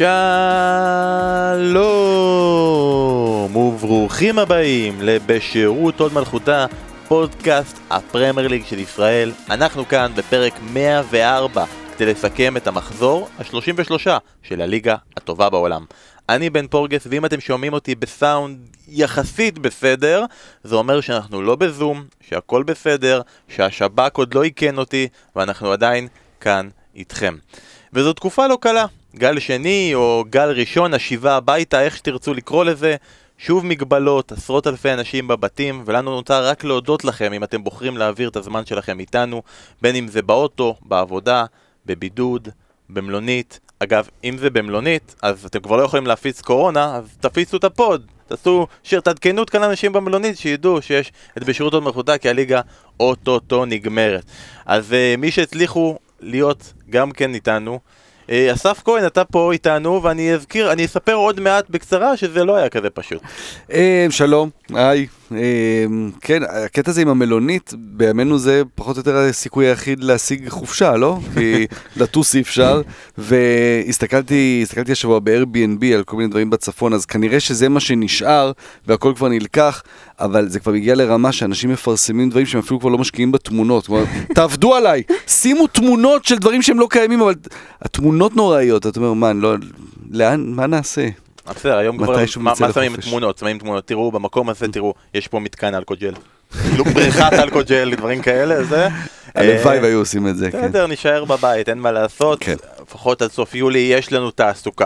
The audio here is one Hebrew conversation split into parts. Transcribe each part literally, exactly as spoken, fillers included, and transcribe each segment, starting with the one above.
שלום וברוכים הבאים לבשירות עוד מלכותה, פודקאסט הפרמייר ליג של ישראל. אנחנו כאן בפרק מאה וארבע כדי לסכם את המחזור ה-שלושים ושלוש של הליגה הטובה בעולם. אני בן פורגס, ואם אתם שומעים אותי בסאונד יחסית בסדר, זה אומר שאנחנו לא בזום, שהכל בסדר, שהשב"כ עוד לא עיקן אותי, ואנחנו עדיין כאן איתכם. וזו תקופה לא קלה, גל שני או גל ראשון, השיבה הביתה, איך שתרצו לקרוא לזה, שוב מגבלות, עשרות אלפי אנשים בבתים, ולנו נותר רק להודות לכם אם אתם בוחרים להעביר את הזמן שלכם איתנו, בין אם זה באוטו, בעבודה, בבידוד, במלונית. אגב, אם זה במלונית, אז אתם כבר לא יכולים להפיץ קורונה, אז תפיצו את הפוד, תעשו שיר, תעדכנו כאן אנשים במלונית שידעו שיש את בשירות עוד מלכותה, כי הליגה אוטוטו נגמרת. אז uh, מי שהצליחו להיות גם כן איתנו, uh, אסף כהן, אתה פה איתנו, ואני אזכיר, אני אספר עוד מעט בקצרה שזה לא היה כזה פשוט. שלום, היי. כן, הקטע הזה עם המלונית, בימינו זה פחות או יותר הסיכוי היחיד להשיג חופשה, לא? כי לטוס אי אפשר, והסתכלתי, הסתכלתי השבוע ב-Airbnb על כל מיני דברים בצפון, אז כנראה שזה מה שנשאר, והכל כבר נלקח, אבל זה כבר הגיע לרמה שאנשים מפרסמים דברים שהם אפילו כבר לא משקיעים בתמונות. כלומר, תעבדו עליי, שימו תמונות של דברים שהם לא קיימים, אבל התמונות נוראיות, אתה אומר, מה, לא, לאן, מה נעשה? בסדר, היום כבר, מה שמים תמונות, שמים תמונות, תראו במקום הזה, תראו, יש פה מתקן אלכוג'ל, בריכת אלכוג'ל, דברים כאלה, זה. הלוואי והיו עושים את זה, כן. בסדר, נשאר בבית, אין מה לעשות, לפחות עד סוף יולי יש לנו תעסוקה.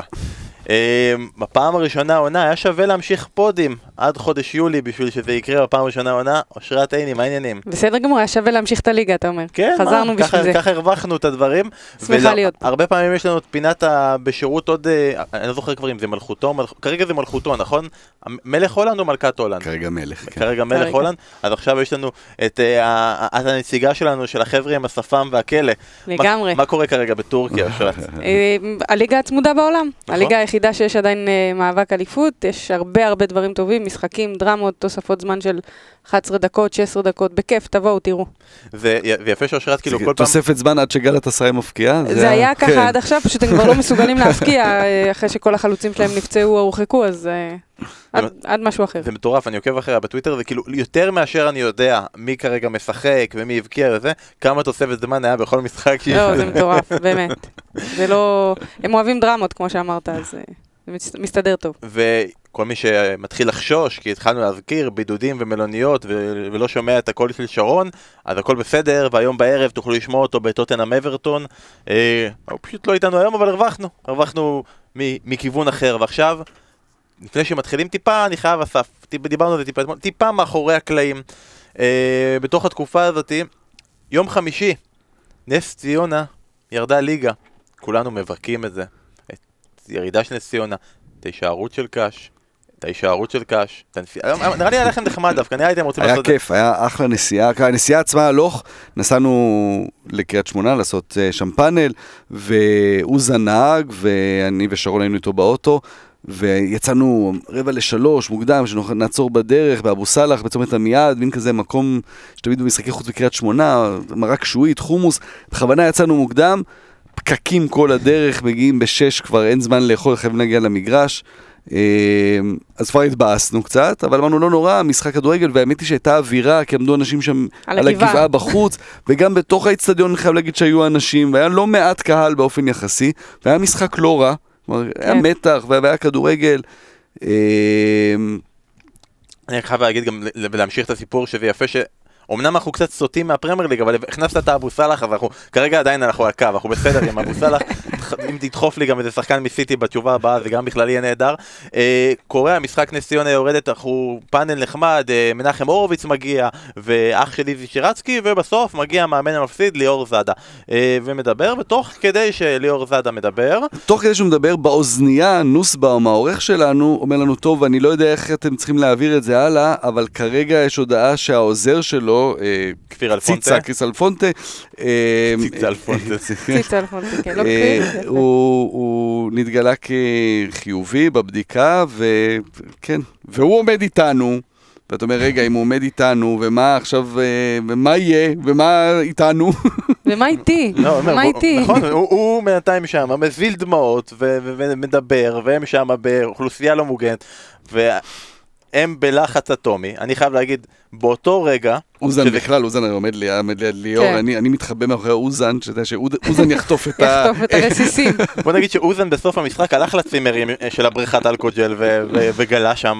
בפעם הראשונה העונה היה שווה להמשיך פודים עד חודש יולי בשביל שזה יקרה. בפעם הראשונה העונה, אושרת עיני, מה העניינים? בסדר גמור, היה שווה להמשיך את הליגה, אתה אומר. כן, חזרנו בשביל זה. ככה הרווחנו את הדברים. שמחה להיות. הרבה פעמים יש לנו את פינת בשירות עוד, אני לא זוכר כבר אם זה מלכותו, כרגע זה מלכותו, נכון? מלך הולנד או מלכת הולנד? כרגע מלך, כן. כרגע מלך הולנד, אז עכשיו יש לנו את הנציגה שלנו, של החבר'ה עם השפם והכלא. לגמרי. מה קורה כרגע בטורקיה, אושרת? הליגה הצמודה בעולם. הליגה היחידה שיש עדיין מאבק אליפות, יש הרבה הרבה דברים טובים, משחקים, דרמות, תוספות זמן של אחת עשרה דקות, שש עשרה דקות, בכיף, תבואו, תראו. ויפה שאושרת כאילו כל פעם... תוספת זמן עד שגלת עשרה מפקיעה? זה היה ככה עד עכשיו, פשוט הם כבר לא מסוגלים להפקיע, אחרי שכל החלוצים שלהם נפצעו או הורחקו, אז עד משהו אחר. זה מטורף, אני עוקב אחריה בטוויטר, זה כאילו יותר מאשר אני יודע מי כרגע משחק ומי הבקיע וזה, כמה תוספת זמן היה בכל משחק. לא, זה מטורף, באמת. זה לא... הם אוהבים דרמות, כמו שאמרת, אז... זה מסתדר טוב. וכל מי שמתחיל לחשוש, כי התחלנו להזכיר בידודים ומלוניות, ו- ולא שומע את הקול של שרון, אז הכל בסדר, והיום בערב תוכלו לשמוע אותו בטוטנהאם אברטון. אה, הוא פשוט לא איתנו היום, אבל הרווחנו. הרווחנו מ- מכיוון אחר. ועכשיו, לפני שמתחילים טיפה, אני חייב אסף, דיברנו על זה טיפה, טיפה מאחורי הקלעים. אה, בתוך התקופה הזאת, יום חמישי, נס ציונה ירדה ליגה. כולנו מבקים את זה. ירידה של נס ציונה, את ההישארות של קאש, את ההישארות של קאש, נראה לי היה לכם נחמד דווקא, נראה לי אתם רוצים לעשות... היה כיף, היה אחלה נסיעה, הנסיעה עצמה הלוך, נסענו לקריית שמונה לעשות שם פאנל, והוא זנהג, ואני ושרון היינו איתו באוטו, ויצאנו רבע לשלוש, מוקדם, שנעצור בדרך, באבו סלח, בצומת עמיעד, מין כזה מקום שתמיד במשחקי חוץ בקריית שמונה, מרק שועית, חומוס, בכוונה יצאנו מוקדם, פקקים כל הדרך, מגיעים בשש, כבר אין זמן לאכול, חייבים להגיע למגרש, אז כבר התבאסנו קצת, אבל אמרנו לא נורא, משחק כדורגל, והאמת היא שהייתה אווירה, כי עמדו אנשים שם על, על הגבעה בחוץ, וגם בתוך האצטדיון אני חייב להגיד שהיו אנשים, והיה לא מעט קהל באופן יחסי, והיה משחק לא רע, היה מתח, והיה כדורגל. אני חייב להגיד גם, ולהמשיך את הסיפור שזה יפה ש... אמנם אנחנו קצת סוטים מהפרמייר ליג, אבל הכנסת את אבו סלח, אז אנחנו, כרגע עדיין אנחנו על הקו, אנחנו בסדר עם אבו סלח, אם תדחוף לי גם איזה שחקן מסיטי בתשובה הבאה, זה גם בכלל יהיה נהדר. קורה, המשחק נס ציונה יורדת, אנחנו פאנל נחמד, מנחם הורוביץ מגיע, ואח שלי שירצקי, ובסוף מגיע המאמן המפסיד, ליאור זאדה, ומדבר, ותוך כדי שליאור זאדה מדבר, תוך כדי שהוא מדבר, באוזנייה, נוסבאום, העורך שלנו, אומר לנו, טוב, אני לא יודע איך אתם צריכים להעביר את זה הלאה, אבל כרגע יש הודעה שהעוזר שלו, כפיר אלפונטה, ציצה, קריס אלפונטה, ציצה אלפונטה, ציצה אלפונטה, כן, לא כפיר. הוא נתגלה כחיובי בבדיקה, וכן, והוא עומד איתנו, ואתה אומר, רגע, אם הוא עומד איתנו, ומה עכשיו, ומה יהיה, ומה איתנו? ומה איתי? מה איתי? נכון, הוא בינתיים שם, מזיל דמעות ומדבר, והם שם באוכלוסייה לא מוגנת, והם בלחץ אטומי. אני חייב להגיד, באותו רגע... אוזן בכלל, אוזן עומד ליד ליאור, אני מתחבא מאחורי אוזן, שאתה שאוזן יחטוף את ה... יחטוף את הרסיסים. בוא נגיד שאוזן בסוף המשחק הלך לצימרים של הבריכת אלכוג'ל וגלה שם,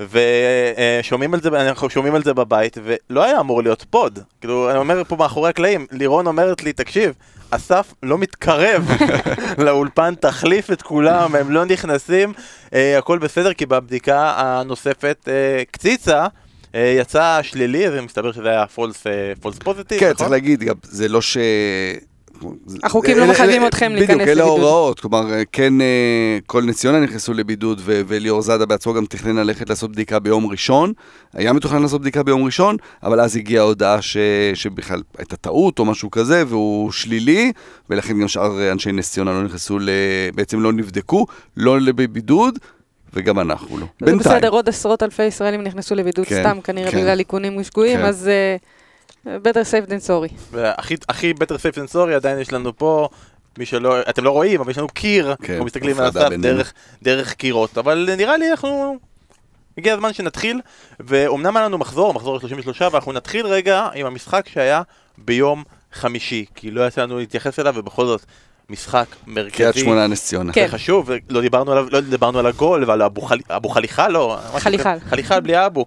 ושומעים על זה, אנחנו שומעים על זה בבית, ולא היה אמור להיות פוד. כאילו, אני אומר פה מאחורי הקלעים, לירון אומרת לי, תקשיב, אסף לא מתקרב לאולפן, תחליף את כולם, הם לא נכנסים, הכל בסדר, כי בבדיקה הנוספת קציצה, יצא שלילי, אז מסתבר שזה היה פולס פוזיטיב. כן, צריך להגיד, זה לא ש... החוקים לא מחייבים אתכם להיכנס לבידוד. בדיוק, אלה ההוראות, כלומר, כן, כל נס ציונה נכנסו לבידוד, וליאור זאדה בעצמו גם תכנן ללכת לעשות בדיקה ביום ראשון, היה מתוכנן לעשות בדיקה ביום ראשון, אבל אז הגיעה ההודעה שבכלל הייתה טעות או משהו כזה, והוא שלילי, ולכן גם שאר אנשי נס ציונה לא נכנסו, בעצם לא נבדקו, לא לבידוד, וגם אנחנו לא. זה בסדר, עוד עשרות אלפי ישראלים נכנסו לבידוד סתם, כנראה בגלל עיקונים ושגויים, אז better safe than sorry. והכי better safe than sorry, עדיין יש לנו פה, מי שלא, אתם לא רואים, אבל יש לנו קיר, אנחנו מסתכלים על הסף דרך קירות, אבל נראה לי אנחנו, הגיע הזמן שנתחיל, ואומנם היה לנו מחזור, מחזור שלושים ושלוש, ואנחנו נתחיל רגע עם המשחק שהיה ביום חמישי, כי לא יצא לנו להתייחס אליו, ובכל זאת, משחק מרכזי. קריית שמונה נס ציונה. זה חשוב, לא דיברנו עליו, לא דיברנו על הגול ועל אבו חליחה, לא. חליחל. חליחל בלי אבו.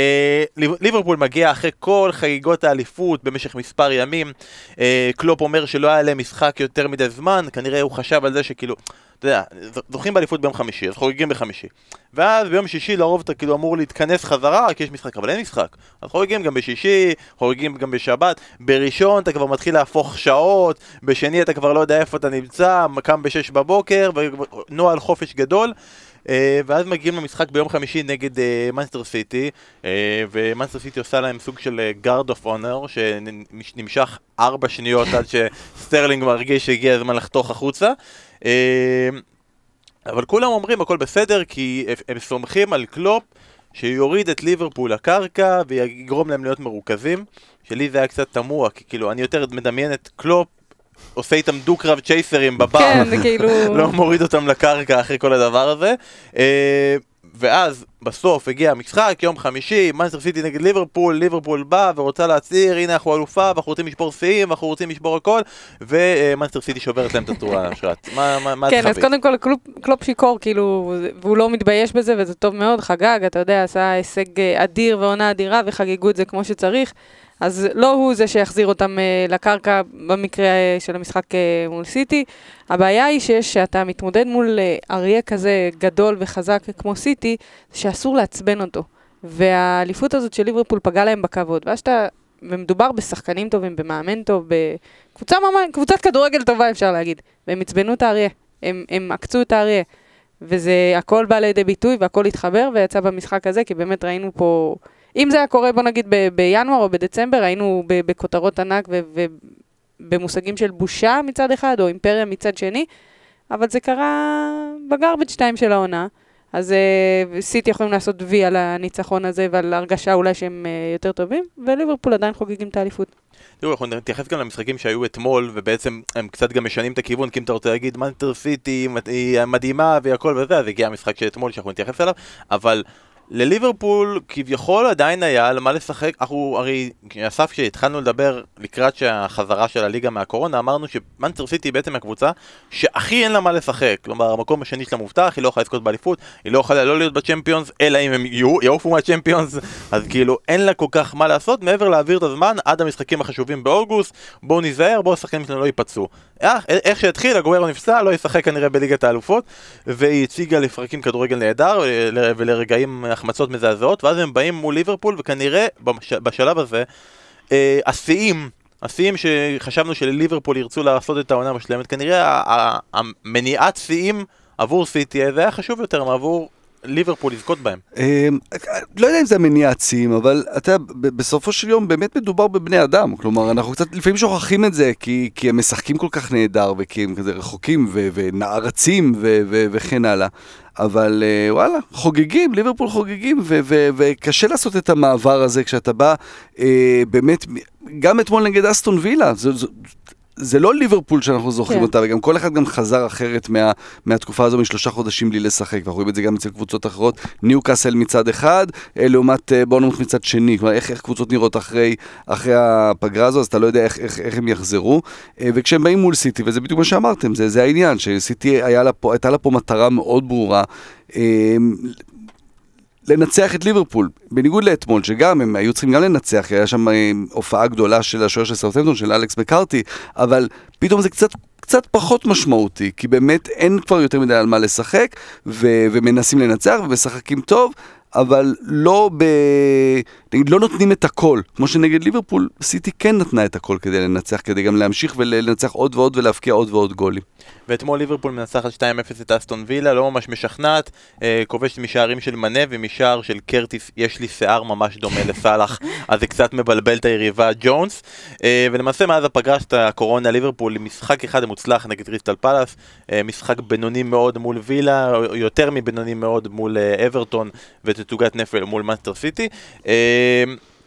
ליברפול מגיע אחרי כל חגיגות האליפות במשך מספר ימים. קלופ אומר שלא היה להם משחק יותר מדי זמן, כנראה הוא חשב על זה שכאילו, אתה יודע, זוכים באליפות ביום חמישי, אז חוגגים בחמישי. ואז ביום שישי לרוב אתה כאילו אמור להתכנס חזרה, כי יש משחק, אבל אין משחק. אז חוגגים גם בשישי, חוגגים גם בשבת. בראשון אתה כבר מתחיל להפוך שעות, בשני אתה כבר לא יודע איפה אתה נמצא, קם בשש בבוקר, נועל חופש גדול. ואז מגיעים למשחק ביום חמישי נגד מנסטר סיטי, ומנסטר סיטי עושה להם סוג של גארד אוף אונר, שנמשך ארבע שניות עד שסטרלינג מרגיש שהגיע הזמן לחתוך החוצה. אבל כולם אומרים הכל בסדר, כי הם סומכים על קלופ שיוריד את ליברפול לקרקע ויגרום להם להיות מרוכזים, שלי זה היה קצת תמוה, כי כאילו אני יותר מדמיין את קלופ עושה איתם דו-קרב צ'ייסרים בבר, כן, כאילו... לא מוריד אותם לקרקע אחרי כל הדבר הזה. ואז בסוף הגיע המשחק, יום חמישי, מנסטר סיטי נגד ליברפול, ליברפול בא ורוצה להצהיר, הנה אנחנו אלופה, ואנחנו רוצים לשבור שיאים, ואנחנו רוצים לשבור הכל, ומנסטר סיטי שוברת להם את התורה, אשרת. מה כן, אז קודם כל קלופ שיקור, כאילו, והוא לא מתבייש בזה, וזה טוב מאוד, חגג, אתה יודע, עשה הישג אדיר ועונה אדירה, וחגגו את זה כמו שצריך. אז לא הוא זה שיחזיר אותם uh, לקרקע במקרה uh, של המשחק uh, מול סיטי. הבעיה היא שיש שאתה מתמודד מול uh, אריה כזה גדול וחזק כמו סיטי, שאסור לעצבן אותו. והאליפות הזאת של ליברפול פגעה להם בכבוד. ואז שאתה, ומדובר בשחקנים טובים, במאמן טוב, בקבוצה ממש, קבוצת כדורגל טובה אפשר להגיד. והם הצבנו את האריה, הם, הם עקצו את האריה. וזה הכל בא לידי ביטוי והכל התחבר ויצא במשחק הזה, כי באמת ראינו פה... אם זה היה קורה, בוא נגיד, ב- בינואר או בדצמבר, היינו ב- בכותרות ענק ובמושגים של בושה מצד אחד, או אימפריה מצד שני, אבל זה קרה בגרבג' שתיים של העונה, אז uh, סיטי יכולים לעשות וי על הניצחון הזה ועל הרגשה אולי שהם uh, יותר טובים, וליברפול עדיין חוגגים את האליפות. תראו, אנחנו נתייחס גם למשחקים שהיו אתמול, ובעצם הם קצת גם משנים את הכיוון, כי אם אתה רוצה להגיד, מנסטר סיטי היא מדהימה והכל וזה, אז הגיע המשחק של אתמול שאנחנו נתייחס אליו, אבל... לליברפול כביכול עדיין היה על מה לשחק. אנחנו הרי, אסף, כשהתחלנו לדבר לקראת שהחזרה של הליגה מהקורונה, אמרנו שמנסטר סיטי היא בעצם הקבוצה שהכי אין לה מה לשחק. כלומר, המקום השני שלה מובטח, היא לא יכולה לזכות באליפות, היא לא יכולה לא להיות בצ'מפיונס, אלא אם הם יעופו מהצ'מפיונס, אז כאילו אין לה כל כך מה לעשות, מעבר להעביר את הזמן עד המשחקים החשובים באוגוסט. בואו נזהר, בואו השחקנים שלנו לא ייפצעו. איך שהתחיל, הגוארו נפצע, לא ישחק כנראה בליגת האלופות, והיא הציגה לפרקים כדורגל נהדר ולרגעים החמצות מזעזעות, ואז הם באים מול ליברפול, וכנראה בשלב הזה השיאים, השיאים שחשבנו שלליברפול ירצו לעשות את העונה משלמת, כנראה המניעת שיאים עבור סיטי זה היה חשוב יותר מעבור ליברפול לזכות בהם. לא יודע אם זה המניעת שיאים, אבל אתה בסופו של יום באמת מדובר בבני אדם, כלומר אנחנו קצת לפעמים שוכחים את זה, כי הם משחקים כל כך נהדר, וכי הם כזה רחוקים ונערצים וכן הלאה. אבל וואלה, חוגגים, ליברפול חוגגים, וקשה לעשות את המעבר הזה כשאתה בא באמת, גם אתמול נגד אסטון וילה, זה לא ליברפול שאנחנו זוכרים כן. אותה, וגם כל אחד גם חזר אחרת מה, מהתקופה הזו משלושה חודשים בלי לשחק, ואנחנו רואים את זה גם אצל קבוצות אחרות, ניוקאסל מצד אחד, לעומת בורנמות' מצד שני, כלומר איך, איך קבוצות נראות אחרי, אחרי הפגרה הזו, אז אתה לא יודע איך, איך, איך הם יחזרו, וכשהם באים מול סיטי, וזה בדיוק מה שאמרתם, זה, זה העניין, שסיטי היה לה פה, הייתה לה פה מטרה מאוד ברורה, לנצח את ליברפול, בניגוד לאתמול, שגם הם היו צריכים גם לנצח, כי היה שם הופעה גדולה של השוער של סאות'המפטון, של אלכס מקארתי, אבל פתאום זה קצת, קצת פחות משמעותי, כי באמת אין כבר יותר מדי על מה לשחק, ו- ומנסים לנצח, ומשחקים טוב, אבל לא ב... נגיד, לא נותנים את הכל. כמו שנגד ליברפול, סיטי כן נתנה את הכל כדי לנצח, כדי גם להמשיך ולנצח עוד ועוד ולהפקיע עוד ועוד גולים. ואתמול ליברפול מנצחת שתיים אפס את אסטון וילה, לא ממש משכנעת, אה, כובשת משערים של מנה ומשער של קרטיס, יש לי שיער ממש דומה לסלח, אז זה קצת מבלבל את היריבה ג'ונס, אה, ולמעשה מאז הפגרה של הקורונה ליברפול, משחק אחד מוצלח נגד קריסטל פלאס, אה, משחק בינוני מאוד מול וילה, יותר מבינוני מאוד מול אה, אברטון ותצוגת נפל מול מנסטר סיטי, אה,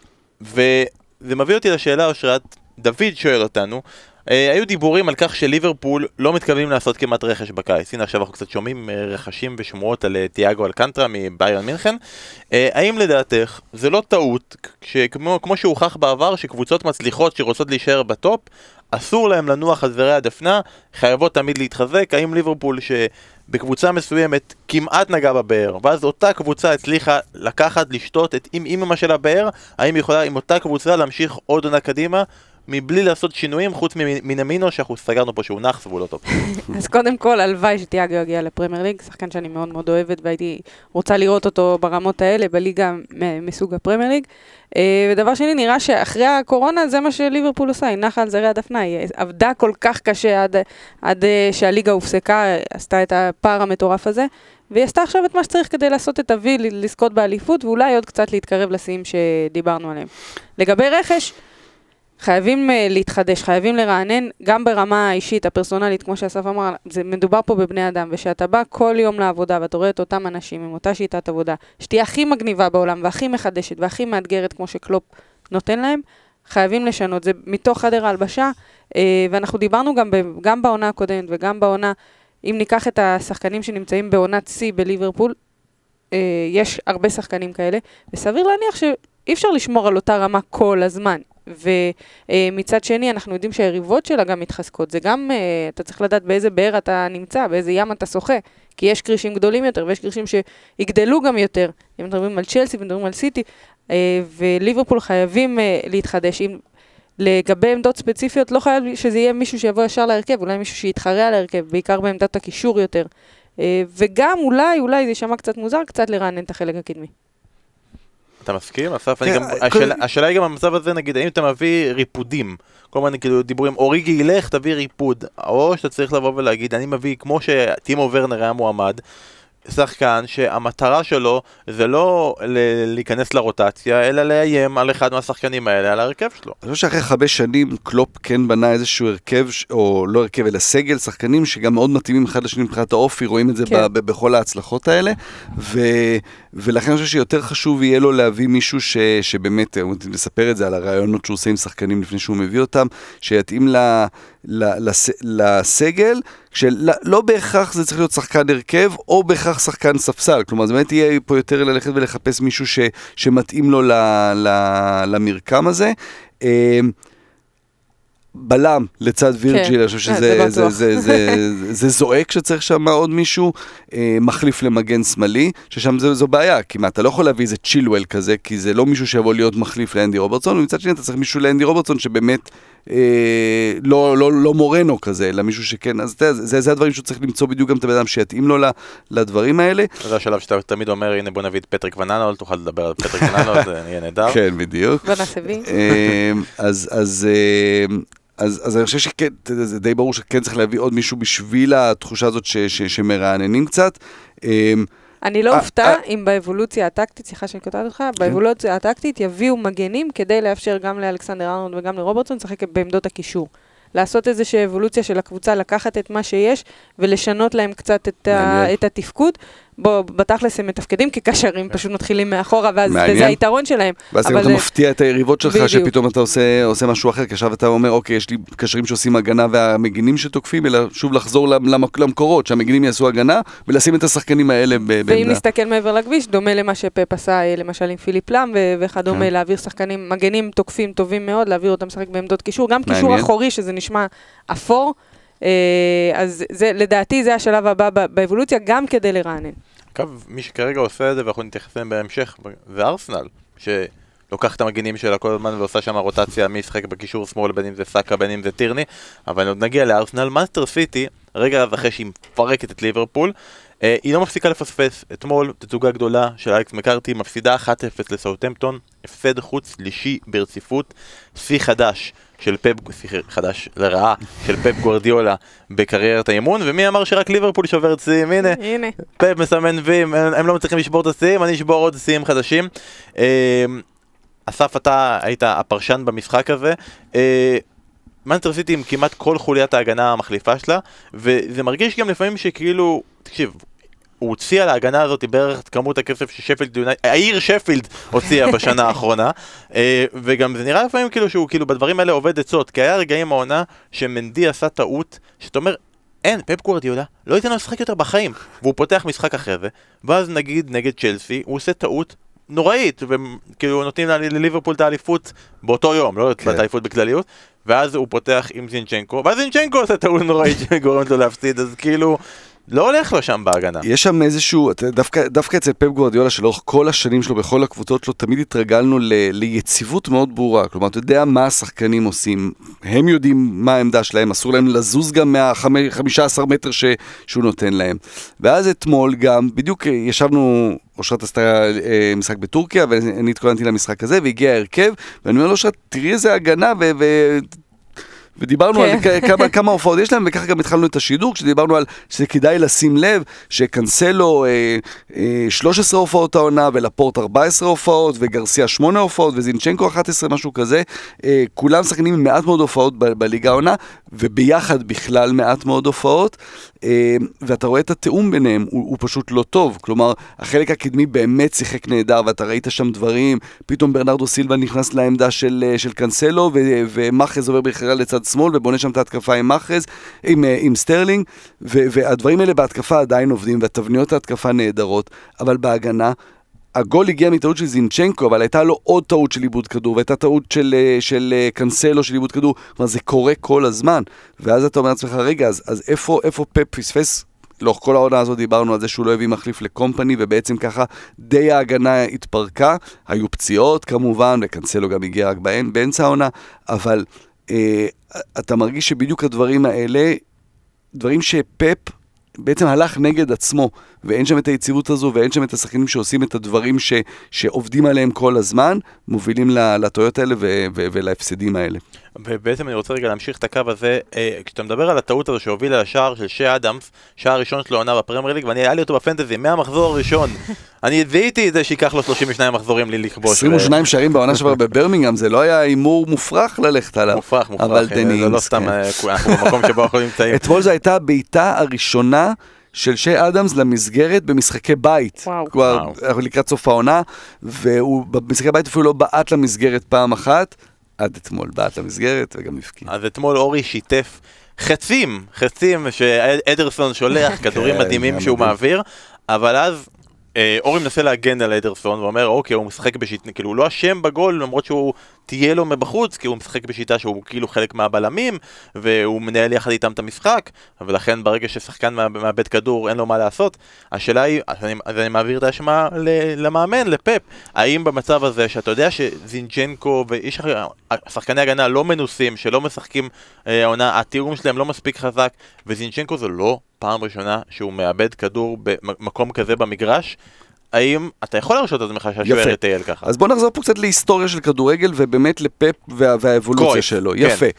וזה מביא אותי לשאלה, אושרת, דוד שואל אותנו, Uh, היו דיבורים על כך שליברפול לא מתכוונים לעשות כמעט רכש בקיץ. הנה עכשיו אנחנו קצת שומעים uh, רכשים ושמועות על uh, תיאגו אלקנטרה מביירן מינכן. uh, האם לדעתך זה לא טעות, כמו, כמו שהוכח בעבר שקבוצות מצליחות שרוצות להישאר בטופ, אסור להם לנוח על זרי הדפנה, חייבות תמיד להתחזק? האם ליברפול שבקבוצה מסוימת כמעט נגע בבאר, ואז אותה קבוצה הצליחה לקחת, לשתות את עם אימא של הבאר, האם יכולה עם אותה קבוצה להמשיך עוד עונה קדימה, מבלי לעשות שינויים, חוץ מנמינו שאנחנו סגרנו פה שהוא נחס והוא לא טוב. אז קודם כל, הלוואי שתיאגו יגיע לפרמייר ליג, שחקן שאני מאוד מאוד אוהבת, והייתי רוצה לראות אותו ברמות האלה, בליגה מסוג הפרמייר ליג. ודבר שני, נראה שאחרי הקורונה, זה מה שליברפול עושה, היא נחה על זרי הדפנה, היא עבדה כל כך קשה עד, עד שהליגה הופסקה, עשתה את הפער המטורף הזה, והיא עשתה עכשיו את מה שצריך כדי לעשות את אבי, לזכות באליפות, ואולי עוד קצת להתקרב לשיאים שדיברנו עליהם. לגבי רכש, חייבים uh, להתחדש, חייבים לרענן, גם ברמה האישית, הפרסונלית, כמו שאסף אמר, זה מדובר פה בבני אדם, ושאתה בא כל יום לעבודה, ואתה רואה את אותם אנשים עם אותה שיטת עבודה, שתהיה הכי מגניבה בעולם, והכי מחדשת, והכי מאתגרת, כמו שקלופ נותן להם, חייבים לשנות, זה מתוך חדר ההלבשה, uh, ואנחנו דיברנו גם, ב, גם בעונה הקודמת, וגם בעונה, אם ניקח את השחקנים שנמצאים בעונת C בליברפול, uh, יש הרבה שחקנים כאלה, וסביר להניח שאי אפשר לשמור על אותה רמה כל הזמן, ומצד שני אנחנו יודעים שהיריבות שלה גם מתחזקות, זה גם, אתה צריך לדעת באיזה באר אתה נמצא, באיזה ים אתה שוחה, כי יש קרישים גדולים יותר, ויש קרישים שיגדלו גם יותר, אם מדברים על צ'לסי ומדברים על סיטי, וליברפול חייבים להתחדש, אם לגבי עמדות ספציפיות לא חייב שזה יהיה מישהו שיבוא ישר להרכב, אולי מישהו שיתחרה על ההרכב, בעיקר בעמדת הקישור יותר, וגם אולי, אולי זה יישמע קצת מוזר, קצת לרענן את החלק הקדמי. אתה מסכים? אסף, אני גם, השאלה, השאלה היא גם במצב הזה, נגיד, האם אתה מביא ריפודים, כל מיני כאילו דיבורים, אוריגי ילך, תביא ריפוד, או שאתה צריך לבוא ולהגיד, אני מביא, כמו שטימו ורנר היה מועמד, שחקן שהמטרה שלו זה לא להיכנס לרוטציה, אלא לאיים על אחד מהשחקנים האלה, על ההרכב שלו. אני חושב שאחרי חמש שנים קלופ כן בנה איזשהו הרכב, או לא הרכב, אלא סגל, שחקנים שגם מאוד מתאימים אחד לשני מבחינת האופי, רואים את זה כן. ב- ב- בכל ההצלחות האלה, ו- ולכן אני חושב שיותר חשוב יהיה לו להביא מישהו ש- שבאמת, לספר את זה על הרעיונות שהוא עושה עם שחקנים לפני שהוא מביא אותם, שיתאים ל- ל- לס- לסגל, שלא בהכרח זה צריך להיות שחקן הרכב, או בהכרח שחקן ספסל. כלומר, זה באמת יהיה פה יותר ללכת ולחפש מישהו ש, שמתאים לו ל, ל, למרקם הזה. בלם לצד וירג'יל, אני חושב שזה זה, זה, זה, זה זועק שצריך שם עוד מישהו, מחליף למגן שמאלי, ששם זו, זו בעיה, כי מה, אתה לא יכול להביא איזה צ'ילואל כזה, כי זה לא מישהו שיבוא להיות מחליף לאנדי רוברטסון, ומצד שני אתה צריך מישהו לאנדי רוברטסון שבאמת אה, לא, לא, לא מורנו כזה, אלא מישהו שכן, אז זה, זה, זה הדברים שהוא צריך למצוא בדיוק גם את הבן אדם שיתאים לו לדברים האלה. זה השלב שאתה תמיד אומר, הנה בוא נביא את פטריק ונאנול, תוכל לדבר על פטריק ונאנול, זה נהיה נהדר. כן, בדיוק. בנסבי. אז, אז, אז, אז אני חושב שכן, זה די ברור שכן צריך להביא עוד מישהו בשביל התחושה הזאת ש, ש, שמרעננים קצת. אני לא אופתע אם באבולוציה הטקטית, סליחה שאני קוטעת אותך, באבולוציה הטקטית יביאו מגנים כדי לאפשר גם לאלכסנדר ארנולד וגם לרוברטסון לשחק בעמדות הקישור. לעשות איזושהי אבולוציה של הקבוצה, לקחת את מה שיש ולשנות להם קצת את, ה, את התפקוד. בוא, בתכלס הם מתפקדים כקשרים, פשוט מתחילים מאחורה, ואז מעניין. וזה היתרון שלהם. ואז אבל אתה מפתיע את היריבות שלך, בדיוק. שפתאום אתה עושה, עושה משהו אחר, כי עכשיו אתה אומר, אוקיי, יש לי קשרים שעושים הגנה והמגינים שתוקפים, אלא שוב לחזור למק, למקורות, שהמגינים יעשו הגנה, ולשים את השחקנים האלה בעמדה. ואם נסתכל מעבר לכביש, דומה למה שפפ עשה, למשל עם פיליפ לם, וכדומה, כן. להעביר שחקנים, מגנים תוקפים טובים מאוד, להעביר אותם לשחק בעמדות קישור, גם קישור מעניין. אחורי, שזה נשמע אפור, אז זה, לדעתי זה השלב הבא באבולוציה, גם כדי לרענן. אגב, מי שכרגע עושה את זה, ואנחנו נתייחס להם בהמשך, זה ארסנל, שלוקח את המגינים שלה כל הזמן ועושה שם רוטציה, מי ישחק בקישור שמאל, בין אם זה סאקה, בין אם זה טירני, אבל עוד נגיע לארסנל. מאנסטר סיטי, רגע אחרי שהיא מפרקת את ליברפול, היא לא מפסיקה לפספס. אתמול, תצוגה גדולה של אלכס מקארתי, מפסידה אחת אפס לסאות'המפטון, הפסד חוץ שלישי ברציפות, שיא חדש של פפ, שיא חדש לרעה, של פפ גוארדיולה בקריירת האימון, ומי אמר שרק ליברפול שוברת שיאים? הנה, הנה. פפ מסמן וים, הם לא מצליחים לשבור את השיאים, אני אשבור עוד שיאים חדשים. אסף, אתה היית הפרשן במשחק הזה, מאנסטר סיטי עם כמעט כל חוליית ההגנה המחליפה שלה, וזה מרגיש גם לפעמים שכאילו, תקשיב, הוא הוציא על ההגנה הזאת בערך את כמות הכסף ששפילד, העיר שפילד הוציאה בשנה האחרונה, וגם זה נראה לפעמים כאילו שהוא כאילו בדברים האלה עובד עצות, כי היה רגעים העונה שמנדי עשה טעות, שאתה אומר, אין, פפ גוארדיולה לא ייתן לו לשחק יותר בחיים, והוא פותח משחק אחרי זה, ואז נגיד נגד צ'לסי, הוא עושה טעות נוראית, וכאילו נותנים לליברפול את האליפות באותו יום, לא את האליפות בכלליות, ואז הוא פותח עם זינצ'נקו, ואז זינצ'נקו עושה טעות נוראית שגורמת לו להפסיד, אז כאילו לא הולך לו שם בהגנה. יש שם איזשהו, דווקא, דווקא אצל פפ גוארדיולה שלאורך כל השנים שלו, בכל הקבוצות שלו, תמיד התרגלנו ל, ליציבות מאוד ברורה. כלומר, אתה יודע מה השחקנים עושים, הם יודעים מה העמדה שלהם, אסור להם לזוז גם מה-חמישה עשר מטר ש, שהוא נותן להם. ואז אתמול גם, בדיוק ישבנו, אושרת עשתה אה, משחק בטורקיה, ואני התכוננתי למשחק הזה, והגיע הרכב, ואני אומר לו, אושרת, תראי איזה הגנה, ו... ו ודיברנו על כמה, כמה הופעות יש להם, וככה גם התחלנו את השידור, כשדיברנו על שזה כדאי לשים לב, שקנסלו אה, אה, שלוש עשרה הופעות העונה, ולפורט ארבע עשרה הופעות, וגרסיה שמונה הופעות, וזינצ'נקו אחת עשרה, משהו כזה, אה, כולם שחקנים עם מעט מאוד הופעות ב- בליגה העונה, וביחד בכלל מעט מאוד הופעות, אה, ואתה רואה את התאום ביניהם, הוא, הוא פשוט לא טוב, כלומר, החלק הקדמי באמת שיחק נהדר, ואתה ראית שם דברים, פתאום ברנרדו סילבה נכנס לעמדה של, של קנסלו, ו- ומחז עובר בכלל לצד שמאל, ובונה שם את ההתקפה עם מחז, עם, עם סטרלינג, ו- והדברים האלה בהתקפה עדיין עובדים, והתבניות ההתקפה נהדרות, אבל בהגנה, הגול הגיע מטעות של זינצ'נקו, אבל הייתה לו עוד טעות של איבוד כדור, והייתה טעות של, של קנסלו של איבוד כדור, כלומר זה קורה כל הזמן, ואז אתה אומר לעצמך, רגע, אז, אז איפה, איפה פפ פספס? לאורך כל העונה הזאת דיברנו על זה שהוא לא הביא מחליף לקומפני, ובעצם ככה די ההגנה התפרקה, היו פציעות כמובן, וקנסלו גם הגיע רק באמצע העונה, אבל אה, אתה מרגיש שבדיוק הדברים האלה, דברים שפפ בעצם הלך נגד עצמו, ואין שם את היציבות הזו, ואין שם את השחקנים שעושים את הדברים ש, שעובדים עליהם כל הזמן, מובילים לטעויות האלה ו, ו, ולהפסדים האלה. ובעצם אני רוצה רגע להמשיך את הקו הזה, כשאתה מדבר על הטעות הזו שהובילה לשער של שי אדמס, שער ראשון שלו עונה בפרמייר ליג, ואני היה לי אותו בפנטזי, מהמחזור הראשון, אני זיהיתי את זה שיקח לו שלושים ושניים מחזורים לי לכבוש. עשרים ושניים שערים בעונה שעבר בברמינגהאם, זה לא היה אימור מופרך ללכת עליו. מופרך, מופרך, זה לא סתם, אנחנו במקום שבו אנחנו נמצאים. אתמול זו הייתה הבעיטה הראשונה של שי אדמס למסגרת במשחקי בית. כבר לקראת סוף העונה, והוא במשחקי בית אפילו לא בעט למסגרת פעם אחת, עד אתמול בעט למסגרת וגם הפקיע. אז אתמול אורי שיתף חצים, חצים שאדרסון שולח, כדורים מדהימים שהוא מעביר, אבל אז אורי מנסה להגן על אדרסון ואומר, אוקיי, הוא משחק בשיטה, כאילו הוא לא אשם בגול, למרות שהוא תהיה לו מבחוץ, כי הוא משחק בשיטה שהוא כאילו חלק מהבלמים, והוא מנהל יחד איתם את המשחק, ולכן ברגע ששחקן מאבד כדור אין לו מה לעשות, השאלה היא, אז אני, אז אני מעביר את האשמה למאמן, לפפ, האם במצב הזה שאתה יודע שזינצ'נקו ויש שחקני הגנה לא מנוסים, שלא משחקים העונה, התיאום שלהם לא מספיק חזק, וזינצ'נקו זה לא פעם ראשונה שהוא מאבד כדור במקום כזה במגרש, האם אתה יכול להרשות את עצמך שהשוער יטייל ככה? אז בוא נחזור פה קצת להיסטוריה של כדורגל, ובאמת לפפ וה, והאבולוציה קרויף, שלו. כן. יפה.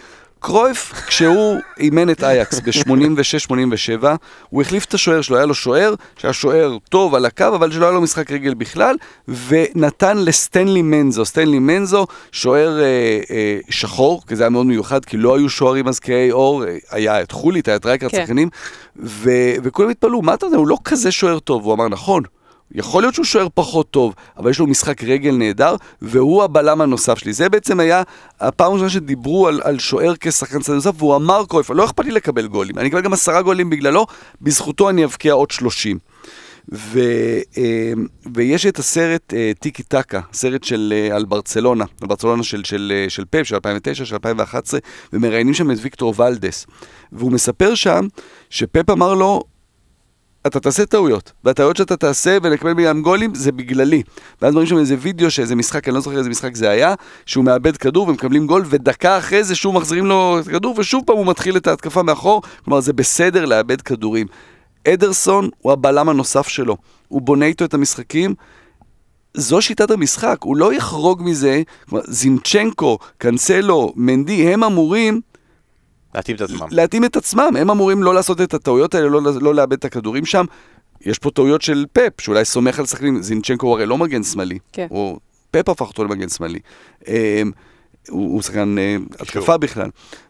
קרויף, כשהוא אימן את אייקס ב-שמונים ושש שמונים ושבע, הוא החליף את השוער שלו, היה לו שוער, שהיה שוער טוב על הקו, אבל שלא היה לו משחק רגל בכלל, ונתן לסטנלי מנזו, סטנלי מנזו, שוער אה, אה, שחור, כי זה היה מאוד מיוחד, כי לא היו שוערים מזכירי אור, היה את חולית, היה את רייקר כן. צחקנים, ו- וכולם התפלאו, מה אתה יודע, הוא לא כזה שוער טוב, הוא אמר, נכון, יכול להיות שהוא שוער פחות טוב, אבל יש לו משחק רגל נהדר, והוא הבלם הנוסף שלי. זה בעצם היה הפעם הראשונה שדיברו על, על שוער כשחקן צד נוסף, והוא אמר קרויף, לא אכפת לי לקבל גולים, אני אקבל גם עשרה גולים בגללו, בזכותו אני אבקיע עוד שלושים. ו, ויש את הסרט טיקי טקה, סרט של, על ברצלונה, על ברצלונה של, של, של פפ, של אלפיים ותשע, של אלפיים ואחת עשרה, ומראיינים שם את ויקטור ולדס. והוא מספר שם שפפ אמר לו, אתה תעשה טעויות, והטעויות שאתה תעשה ולקבל בגלל גולים זה בגללי. ואז מראים שם איזה וידאו שאיזה משחק, אני לא זוכר איזה משחק זה היה, שהוא מאבד כדור ומקבלים גול, ודקה אחרי זה שוב מחזירים לו את הכדור, ושוב פעם הוא מתחיל את ההתקפה מאחור, כלומר זה בסדר לאבד כדורים. אדרסון הוא הבלם הנוסף שלו, הוא בונה איתו את המשחקים, זו שיטת המשחק, הוא לא יחרוג מזה, כלומר, זינצ'נקו, קנסלו, מנדי, הם אמורים להתאים את עצמם. להתאים את עצמם, הם אמורים לא לעשות את הטעויות האלה, לא, לא לאבד את הכדורים שם. יש פה טעויות של פפ, שאולי סומך על שחקנים, זינצ'נקו הוא הרי לא מגן שמאלי. כן. הוא, פפ הפך אותו למגן שמאלי. הוא, הוא שחקן התקפה בכלל.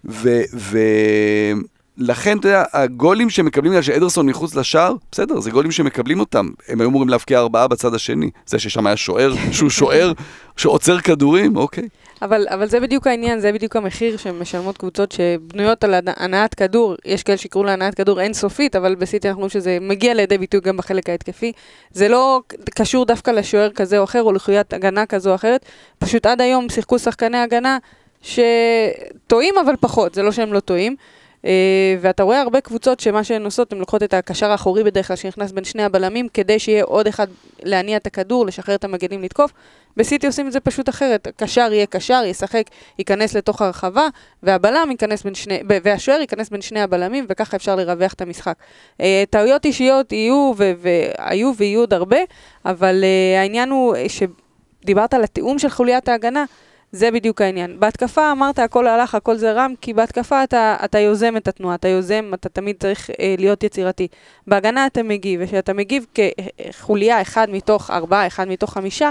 ולכן, אתה יודע, הגולים שמקבלים על שאדרסון מחוץ לשער, בסדר, זה גולים שמקבלים אותם. הם היו אמורים להבקיע ארבעה בצד השני. זה ששם היה שוער, שהוא שוער, שעוצר כדורים, אוקיי. אבל, אבל זה בדיוק העניין, זה בדיוק המחיר שמשלמות קבוצות שבנויות על הנעת כדור, יש כאלה שיקראו לה הנעת כדור אינסופית, אבל בסיטי אנחנו חושבים שזה מגיע לידי ביטוי גם בחלק ההתקפי, זה לא קשור דווקא לשוער כזה או אחר, או לחויית הגנה כזו או אחרת, פשוט עד היום שיחקו שחקני הגנה שטועים אבל פחות, זה לא שהם לא טועים, ואתה רואה הרבה קבוצות שמה שהן עושות, הן לוקחות את הקשר האחורי בדרך כלל שנכנס בין שני הבלמים, כדי שיהיה עוד אחד להניע את הכדור, לשחרר את המגנים לתקוף. בסיטי עושים את זה פשוט אחרת. הקשר יהיה קשר, ישחק, ייכנס לתוך הרחבה, והבלם ייכנס בין שני, והשוער ייכנס בין שני הבלמים, וככה אפשר לרווח את המשחק. טעויות אישיות יהיו והיו ויהיו עוד הרבה, אבל העניין הוא שדיברת על התיאום של חוליית ההגנה, זה בדיוק העניין. בהתקפה אמרת הכל הלך, הכל זרם, כי בהתקפה אתה, אתה יוזם את התנועה, אתה יוזם, אתה תמיד צריך אה, להיות יצירתי. בהגנה אתה מגיב, ושאתה מגיב כחוליה אחד מתוך ארבעה, אחד מתוך חמישה,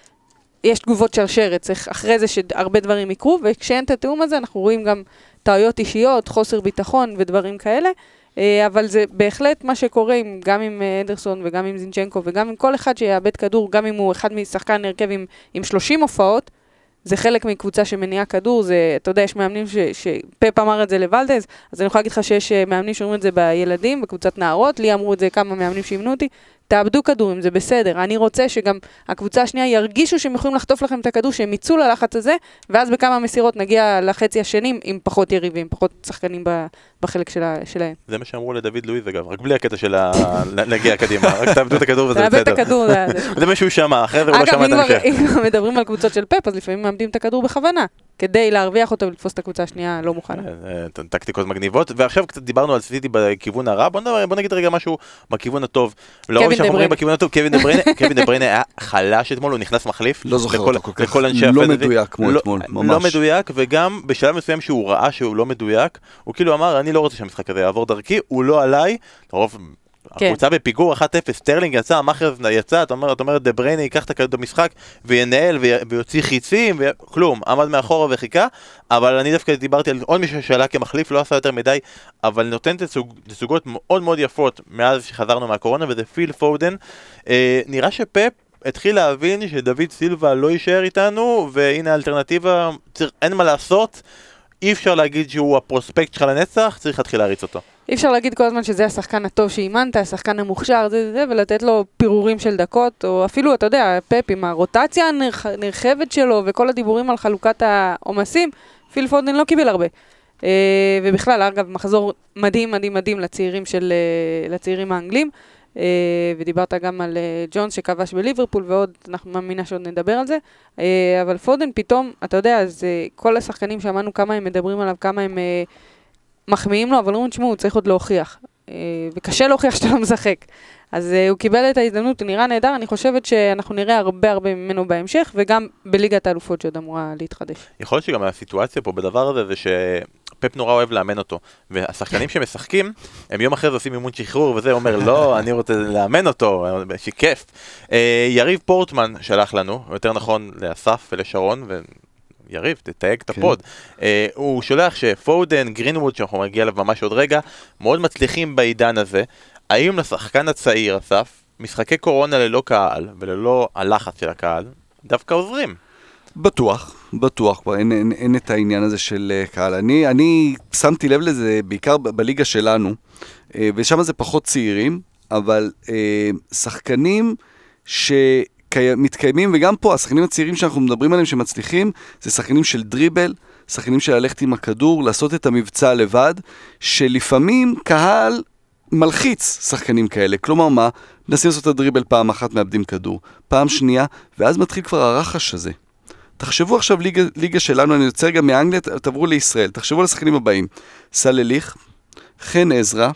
יש תגובות שרשרת, צריך אחרי זה שהרבה דברים יקרו, וכשאין את התיאום הזה אנחנו רואים גם טעויות אישיות, חוסר ביטחון ודברים כאלה, אה, אבל זה בהחלט מה שקורה עם, גם עם אדרסון וגם עם זינצ'נקו וגם עם כל אחד שיאבד כדור, גם אם הוא אחד משחקן הרכב עם, עם שלושים הופעות, זה חלק מקבוצה שמניעה כדור, זה, אתה יודע, יש מאמנים ש, שפפ אמר את זה לוולדז, אז אני יכולה להגיד לך שיש מאמנים שאומרים את זה בילדים, בקבוצת נערות, לי אמרו את זה כמה מאמנים שימנו אותי, תאבדו כדורים, זה בסדר, אני רוצה שגם הקבוצה השנייה ירגישו שהם יכולים לחטוף לכם את הכדור, שהם יצאו ללחץ הזה, ואז בכמה מסירות נגיע לחצי השנים עם פחות יריבים, פחות שחקנים בחלק שלהם. זה מה שאמרו לדוד לואיז אגב, רק בלי הקטע של להגיע קדימה, רק תאבדו את הכדור וזה בסדר. תאבד את הכדור, זה מה שהוא שמע, אחרי זה הוא לא שמע את המשך. אגב, אם מדברים על קבוצות של פפ, אז לפעמים מאבדים את הכדור בכוונה, כדי להרוויח אותו ולתפוס את הקבוצה השנייה לא מוכנה. טקטיקות מגניבות, ועכשיו קצת דיברנו על סיטי בכיוון הרע, בוא נגיד רגע משהו בכיוון הטוב. בכיוון הטוב, קווין דה בריינה, קווין דה בריינה היה חלש אתמול, הוא נכנס מחליף. לא זוכר אותו כל כך, לא מדויק כמו אתמול, ממש. לא מדויק, וגם בשלב מסוים שהוא ראה שהוא לא מדויק, הוא כאילו אמר, אני לא רוצה שהמשחק הזה יעבור דרכי, הוא לא עליי, לרוב, הקבוצה בפיגור אחת אפס, סטרלינג יצא, מאחר יצא, אתה אומר, דה בריינה ייקח את המשחק, וינהל, ויוציא חיצים, וכלום, עמד מאחורה וחיכה, אבל אני דווקא דיברתי על עוד מישהו שעלה כמחליף, לא עשה יותר מדי, אבל נותן תצוגות מאוד מאוד יפות, מאז שחזרנו מהקורונה, וזה פיל פודן. נראה שפפ התחיל להבין שדוד סילבה לא יישאר איתנו, והנה האלטרנטיבה, אין מה לעשות, אי אפשר להגיד שהוא הפרוספקט שלך לנצח, צריך להתחיל להריץ אותו. אי אפשר להגיד כל הזמן שזה השחקן הטוב שאימנת, השחקן המוכשר, זה, זה, ולתת לו פירורים של דקות, או אפילו, אתה יודע, פפ עם הרוטציה הנרחבת שלו, וכל הדיבורים על חלוקת העומסים, פיל פודן לא קיבל הרבה. ובכלל, אגב, מחזור מדהים, מדהים, מדהים לצעירים של, לצעירים האנגלים, ודיברת גם על ג'ונס שכבש בליברפול, ועוד, אנחנו מאמינה שעוד נדבר על זה, אבל פודן פתאום, אתה יודע, אז כל השחקנים שאמרנו כמה הם מדברים עליו, כמה הם מחמיאים לו, אבל אומרים, תשמעו, הוא צריך עוד להוכיח, וקשה להוכיח שאתה לא משחק. אז הוא קיבל את ההזדמנות, הוא נראה נהדר, אני חושבת שאנחנו נראה הרבה הרבה ממנו בהמשך, וגם בליגת האלופות שעוד אמורה להתחדש. יכול להיות שגם הסיטואציה פה בדבר הזה, זה ש... פפ נורא אוהב לאמן אותו, והשחקנים שמשחקים, הם יום אחרי זה עושים אימון שחרור, וזה אומר, לא, אני רוצה לאמן אותו, שכיף. יריב פורטמן שלח לנו, יותר נכון לאסף ולשרון, ויריב, תתייג את הפוד. הוא שולח שפודן, גרינווד, שאנחנו מגיע אליו ממש עוד רגע, מאוד מצליחים בעידן הזה. האם לשחקן הצעיר, אסף, משחקי קורונה ללא קהל, וללא הלחץ של הקהל, דווקא עוזרים? בטוח, בטוח, אין, אין, אין את העניין הזה של קהל. אני, אני שמתי לב לזה בעיקר בליגה שלנו, ושם זה פחות צעירים, אבל שחקנים שמתקיימים, וגם פה השחקנים הצעירים שאנחנו מדברים עליהם שמצליחים, זה שחקנים של דריבל, שחקנים של ללכת עם הכדור, לעשות את המבצע לבד, שלפעמים קהל מלחיץ שחקנים כאלה. כלומר מה? מנסים לעשות את הדריבל פעם אחת, מאבדים כדור, פעם שנייה, ואז מתחיל כבר הרחש הזה. תחשבו עכשיו ליגה, ליגה שלנו, אני יוצא גם מאנגליה, תעברו לישראל, תחשבו על השחקנים הבאים, סלליך, חן עזרא,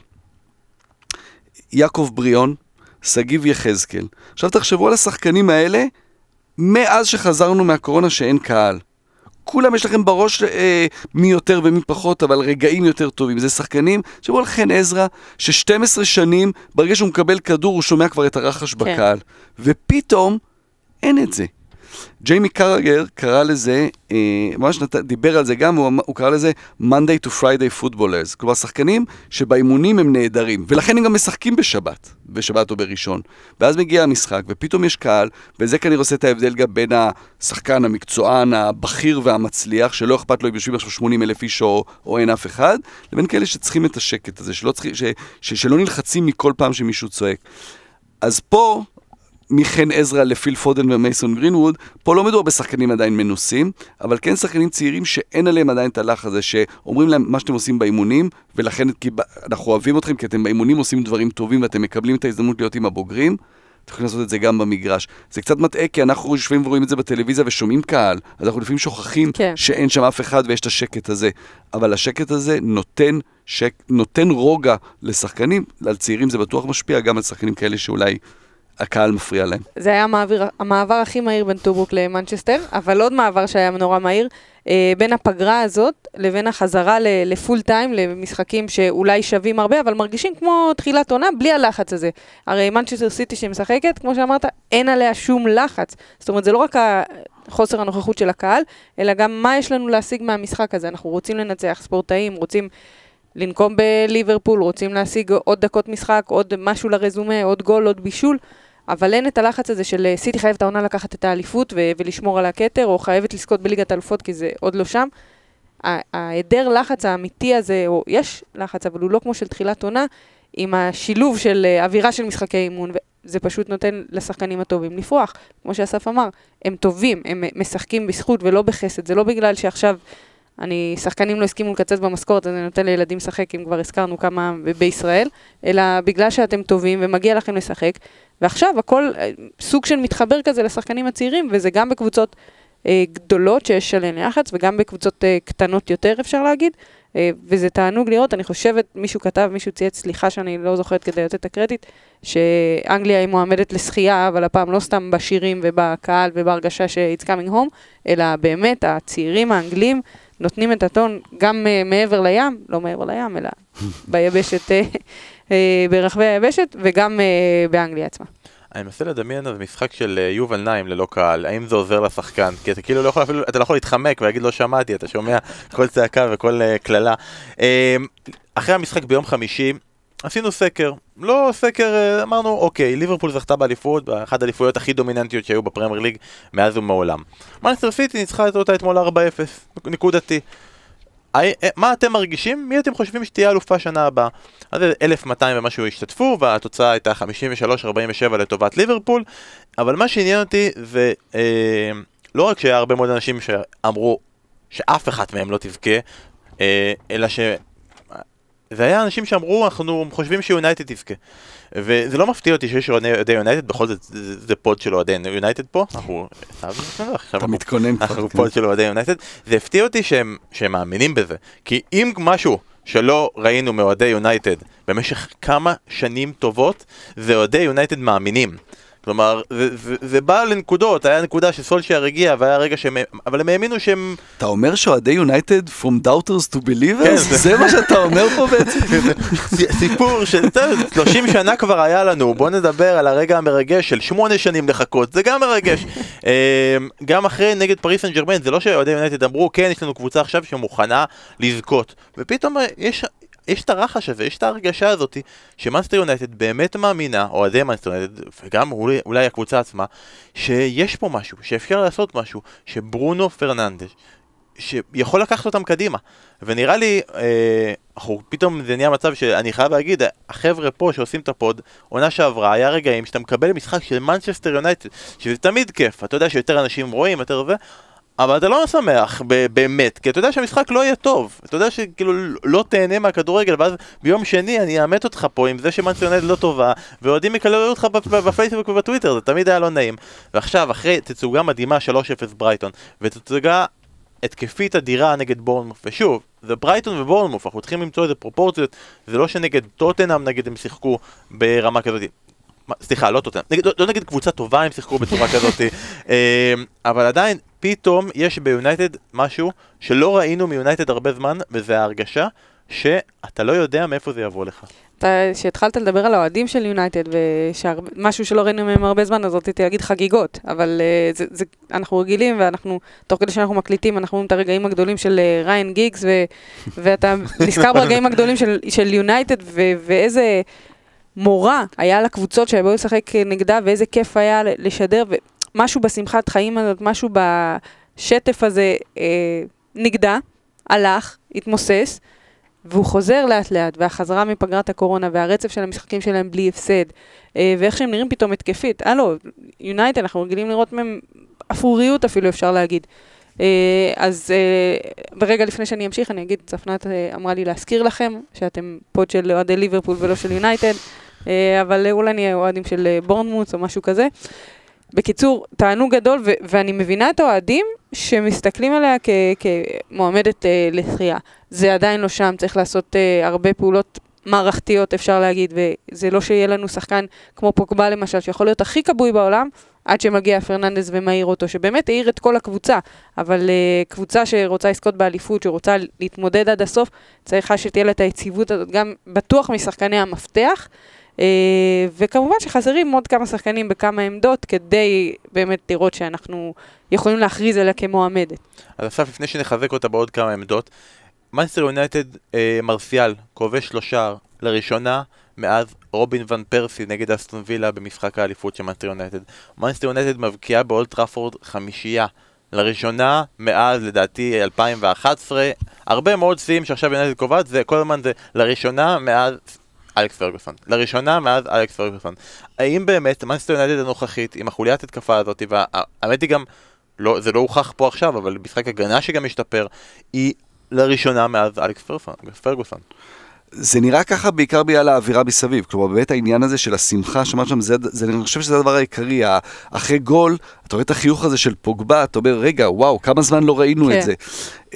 יעקב בריאון, סגיב יחזקאל. עכשיו תחשבו על השחקנים האלה, מאז שחזרנו מהקורונה שאין קהל. כולם יש לכם בראש אה, מי יותר ומי פחות, אבל רגעים יותר טובים. זה שחקנים, תחשבו על חן עזרא, ש-שתים עשרה שנים, ברגע שהוא מקבל כדור, הוא שומע כבר את הרחש כן. בקהל. ופתאום, אין את זה. ג'יימי קרגר קרא לזה, אה, ממש נת... דיבר על זה גם, הוא, הוא קרא לזה Monday to Friday Footballers, כלומר שחקנים שבאימונים הם נהדרים, ולכן הם גם משחקים בשבת, בשבת או בראשון, ואז מגיע המשחק, ופתאום יש קהל, וזה כנראה עושה את ההבדל גם בין השחקן, המקצוען, הבכיר והמצליח, שלא אכפת לו אם יושבים עכשיו שמונים אלף איש או, או אין אף אחד, לבין כאלה שצריכים את השקט הזה, שלא, צריך, ש, ש, שלא נלחצים מכל פעם שמישהו צועק. אז פה, מחן עזרא לפיל פודן ומייסון גרינווד, פה לא מדובר בשחקנים עדיין מנוסים, אבל כן שחקנים צעירים שאין עליהם עדיין את הלך הזה, שאומרים להם מה שאתם עושים באימונים, ולכן אנחנו אוהבים אתכם, כי אתם באימונים עושים דברים טובים, ואתם מקבלים את ההזדמנות להיות עם הבוגרים, אתם יכולים לעשות את זה גם במגרש. זה קצת מטעה, כי אנחנו יושבים ורואים את זה בטלוויזיה ושומעים קהל, אז אנחנו לפעמים שוכחים כן. שאין שם אף אחד ויש את השקט הזה. אבל השקט הזה נותן, שק... נותן רוגע לשחקנים, על צעירים זה בטוח משפיע, גם על שחקנים כאלה שאולי הקהל מפריע להם. זה היה המעבר, המעבר הכי מהיר בין טובוק למנצ'סטר, אבל עוד מעבר שהיה נורא מהיר, אה, בין הפגרה הזאת לבין החזרה לפול טיים, למשחקים שאולי שווים הרבה, אבל מרגישים כמו תחילת עונה, בלי הלחץ הזה. הרי מנצ'סטר סיטי שמשחקת, כמו שאמרת, אין עליה שום לחץ. זאת אומרת, זה לא רק חוסר הנוכחות של הקהל, אלא גם מה יש לנו להשיג מהמשחק הזה. אנחנו רוצים לנצח ספורטאים, רוצים לנקום בליברפול, רוצים להשיג עוד דקות משחק, עוד משהו לרזומה, עוד גול, עוד בישול, אבל אין את הלחץ הזה של סיטי חייבת העונה לקחת את האליפות ו- ולשמור על הכתר, או חייבת לזכות בליגת האלופות, כי זה עוד לא שם. ההיעדר לחץ האמיתי הזה, או יש לחץ, אבל הוא לא כמו של תחילת עונה, עם השילוב של אווירה של משחקי אימון, וזה פשוט נותן לשחקנים הטובים לפרוח. כמו שאסף אמר, הם טובים, הם משחקים בזכות ולא בחסד, זה לא בגלל שעכשיו אני, שחקנים לא הסכימו לקצץ במשכורת, אז אני נותן לילדים לשחק, אם כבר הזכרנו כמה בישראל, אלא בגלל שאתם טובים ומגיע לכם לשחק, ועכשיו הכל סוג של מתחבר כזה לשחקנים הצעירים, וזה גם בקבוצות אה, גדולות שיש עליהן לחץ, וגם בקבוצות אה, קטנות יותר אפשר להגיד, אה, וזה תענוג לראות, אני חושבת, מישהו כתב, מישהו צייץ, סליחה שאני לא זוכרת כדי לתת את הקרדיט, שאנגליה היא מועמדת לשחייה, אבל הפעם לא סתם בשירים ובקהל ובהרגשה ש-it's coming home, אלא באמת הצעירים האנגלים, נותנים את הטון גם uh, מעבר לים, לא מעבר לים, אלא ביבשת, uh, uh, ברחבי היבשת, וגם uh, באנגליה עצמה. אני מנסה לדמיין על משחק של uh, יובל נעים ללא קהל, האם זה עוזר לשחקן? כי אתה כאילו לא יכול, אפילו, אתה לא יכול להתחמק ולהגיד לא שמעתי, אתה שומע כל צעקה וכל uh, כללה. Uh, אחרי המשחק ביום חמישי, עשינו סקר, לא סקר, אמרנו, אוקיי, ליברפול זכתה באליפות, באחת האליפויות הכי דומיננטיות שהיו בפרמייר ליג מאז ומעולם. מנצ'סטר סיטי ניצחה אותה אתמול ארבע אפס, נקודתי. מה אתם מרגישים? מי אתם חושבים שתהיה אלופה שנה הבאה? אז אלף מאתיים ומשהו השתתפו, והתוצאה הייתה חמישים ושלוש ארבעים ושבע לטובת ליברפול, אבל מה שעניין אותי זה, אה, לא רק שהיה הרבה מאוד אנשים שאמרו שאף אחת מהם לא תבכה, אה, אלא ש... זה היה אנשים שאמרו, אנחנו חושבים שיונייטד תבכה. וזה לא מפתיע אותי שיש אוהדי יונייטד, בכל זאת זה פוד של אוהדי יונייטד פה, אנחנו... אתה מתכונן כבר. אנחנו פוד של אוהדי יונייטד. זה הפתיע אותי שהם מאמינים בזה. כי אם משהו שלא ראינו מאוהדי יונייטד במשך כמה שנים טובות, זה אוהדי יונייטד מאמינים. כלומר, זה, זה, זה בא לנקודות, היה נקודה שסולשייר הגיע, והיה רגע שהם, אבל הם האמינו שהם... אתה אומר שאוהדי יונייטד from doubters to believers? כן, זה... זה מה שאתה אומר פה בעצם? סיפור של שלושים שנה כבר היה לנו, בוא נדבר על הרגע המרגש של שמונה שנים לחכות, זה גם מרגש. גם אחרי נגד פריס סן ז'רמן, זה לא שאוהדי יונייטד אמרו, כן, יש לנו קבוצה עכשיו שמוכנה לזכות, ופתאום יש... יש את הרחש הזה, יש את ההרגשה הזאת שמאנסטר יונייטד באמת מאמינה, או עדי מאנסטר יונייטד, וגם אולי, אולי הקבוצה עצמה, שיש פה משהו, שאפשר לעשות משהו, שברונו פרננדש, שיכול לקחת אותם קדימה. ונראה לי, אה, אנחנו, פתאום זה נהיה מצב שאני חייב להגיד, החבר'ה פה שעושים את הפוד, עונה שעברה, היה רגעים שאתה מקבל משחק של מנצ'סטר יונייטד, שזה תמיד כיף, אתה יודע שיותר אנשים רואים, יותר זה, אבל אתה לא שמח באמת, כי אתה יודע שהמשחק לא יהיה טוב, אתה יודע שכאילו לא תהנה מהכדורגל, ואז ביום שני אני אאמת אותך פה עם זה שמנצ'סטר יונייטד לא טובה, ועודים יקללו אותך בפייסבוק ובטוויטר, זה תמיד היה לא נעים. ועכשיו, אחרי תצוגה מדהימה שלוש אפס ברייטון, ותצוגה התקפית אדירה נגד בורנמוף, ושוב, זה ברייטון ובורנמוף, אנחנו צריכים למצוא איזה פרופורציות, זה לא שנגד טוטנהאם נגד הם שיחקו ברמה כזאת. סליחה, לא טוטנהאם, לא נגד קבוצה טובה הם שיחקו בצורה כזאת, אבל עדיין פתאום יש ביונייטד משהו שלא ראינו מיונייטד הרבה זמן, וזה ההרגשה שאתה לא יודע מאיפה זה יבוא לך. כשהתחלת לדבר על האוהדים של יונייטד, ומשהו שלא ראינו מהם הרבה זמן, אז רציתי להגיד חגיגות, אבל זה, זה, אנחנו רגילים, ואנחנו, תוך כדי שאנחנו מקליטים, אנחנו רואים את הרגעים הגדולים של ריין גיגס, ו, ואתה נזכר ברגעים הגדולים של, של יונייטד, ו, ואיזה מורה היה לקבוצות שבאו לשחק נגדה, ואיזה כיף היה לשדר, ומשהו בשמחת חיים הזאת, משהו בשטף הזה אה, נגדה, הלך, התמוסס, והוא חוזר לאט לאט, והחזרה מפגרת הקורונה, והרצף של המשחקים שלהם בלי הפסד, אה, ואיך שהם נראים פתאום התקפית. הלו, יונייטד, אנחנו רגילים לראות מהם אפוריות אפילו, אפשר להגיד. אה, אז אה, ברגע לפני שאני אמשיך, אני אגיד, צפנת אה, אמרה לי להזכיר לכם, שאתם פוד של אוהדי ליברפול ולא של יונייטד, אה, אבל אולי נהיה אוהדים של בורנמוט או משהו כזה. בקיצור, תענוג גדול, ו- ואני מבינה את האוהדים שמסתכלים עליה כ- כמועמדת אה, לתחייה. זה עדיין לא שם, צריך לעשות אה, הרבה פעולות מערכתיות, אפשר להגיד, וזה לא שיהיה לנו שחקן כמו פוגבה למשל, שיכול להיות הכי קבוי בעולם, עד שמגיע פרננדס ומאיר אותו, שבאמת העיר את כל הקבוצה, אבל uh, קבוצה שרוצה לזכות באליפות, שרוצה להתמודד עד הסוף, צריכה שתהיה לה את היציבות הזאת, גם בטוח משחקני המפתח, uh, וכמובן שחסרים עוד כמה שחקנים בכמה עמדות, כדי באמת לראות שאנחנו יכולים להכריז עליה כמועמדת. אז אסף, לפני שנחזק אותה בעוד כמה עמדות, מנצ'סטר יונייטד אה, מרסיאל, כובש שלושה לראשונה, מאז רובין ון פרסי נגד אסטון וילה במשחק האליפות של מנצ'סטר יונייטד. מנצ'סטר יונייטד מבקיעה באולד טראפורד חמישייה לראשונה מאז לדעתי אלפיים ואחת עשרה. הרבה מאוד שיאים שעכשיו יונייטד קובעת, זה כל הזמן זה לראשונה מאז אלכס פרגוסון. לראשונה מאז אלכס פרגוסון. האם באמת מנצ'סטר יונייטד הנוכחית עם החוליית התקפה הזאת, והאמת היא גם, לא, זה לא הוכח פה עכשיו, אבל משחק הגנה שגם משתפר, היא לראשונה מאז אלכס פרגוסון. זה נראה ככה בעיקר בגלל האווירה מסביב, כלומר באמת העניין הזה של השמחה, שמעת שם, זה, זה, אני חושב שזה הדבר העיקרי, אחרי גול, אתה רואה את החיוך הזה של פוגבה, אתה אומר, רגע, וואו, כמה זמן לא ראינו כן. את זה.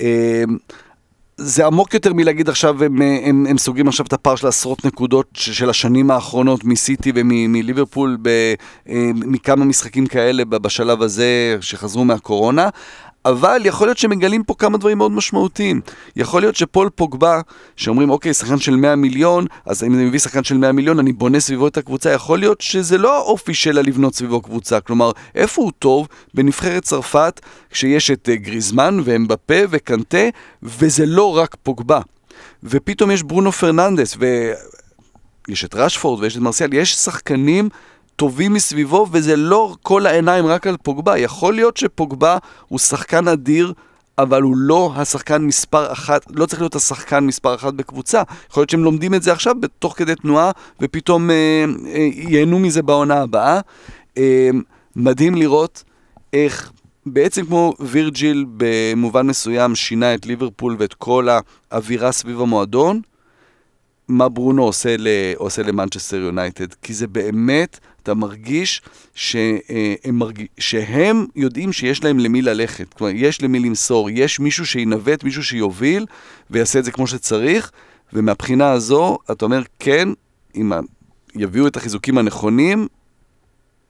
זה עמוק יותר מלהגיד עכשיו, הם, הם, הם סוגרים עכשיו את הפער של עשרות נקודות של השנים האחרונות מסיטי ומליברפול, מכמה משחקים כאלה בשלב הזה שחזרו מהקורונה, אבל יכול להיות שמגלים פה כמה דברים מאוד משמעותיים. יכול להיות שפול פוגבה, שאומרים, אוקיי, שחקן של מאה מיליון, אז אם אני מביא שחקן של מאה מיליון, אני בונה סביבו את הקבוצה. יכול להיות שזה לא האופי שלה לבנות סביבו קבוצה. כלומר, איפה הוא טוב? בנבחרת צרפת, כשיש את גריזמן ואמבפה וקנטה, וזה לא רק פוגבה. ופתאום יש ברונו פרננדס, ויש את רשפורד ויש את מרסיאל, יש שחקנים טובים מסביבו, וזה לא כל העיניים רק על פוגבה. יכול להיות שפוגבה הוא שחקן אדיר, אבל הוא לא השחקן מספר אחת, לא צריך להיות השחקן מספר אחת בקבוצה. יכול להיות שהם לומדים את זה עכשיו בתוך כדי תנועה, ופתאום אה, אה, ייהנו מזה בעונה הבאה. אה, מדהים לראות איך בעצם כמו וירג'יל במובן מסוים שינה את ליברפול ואת כל האווירה סביב המועדון, מה ברונו עושה, עושה למנצ'סטר יונייטד, כי זה באמת, אתה מרגיש שהם, מרגיש, שהם יודעים שיש להם למי ללכת, כלומר, יש למי למסור, יש מישהו שינווט, מישהו שיוביל, ויעשה את זה כמו שצריך, ומהבחינה הזו, אתה אומר, כן, אם יביאו את החיזוקים הנכונים,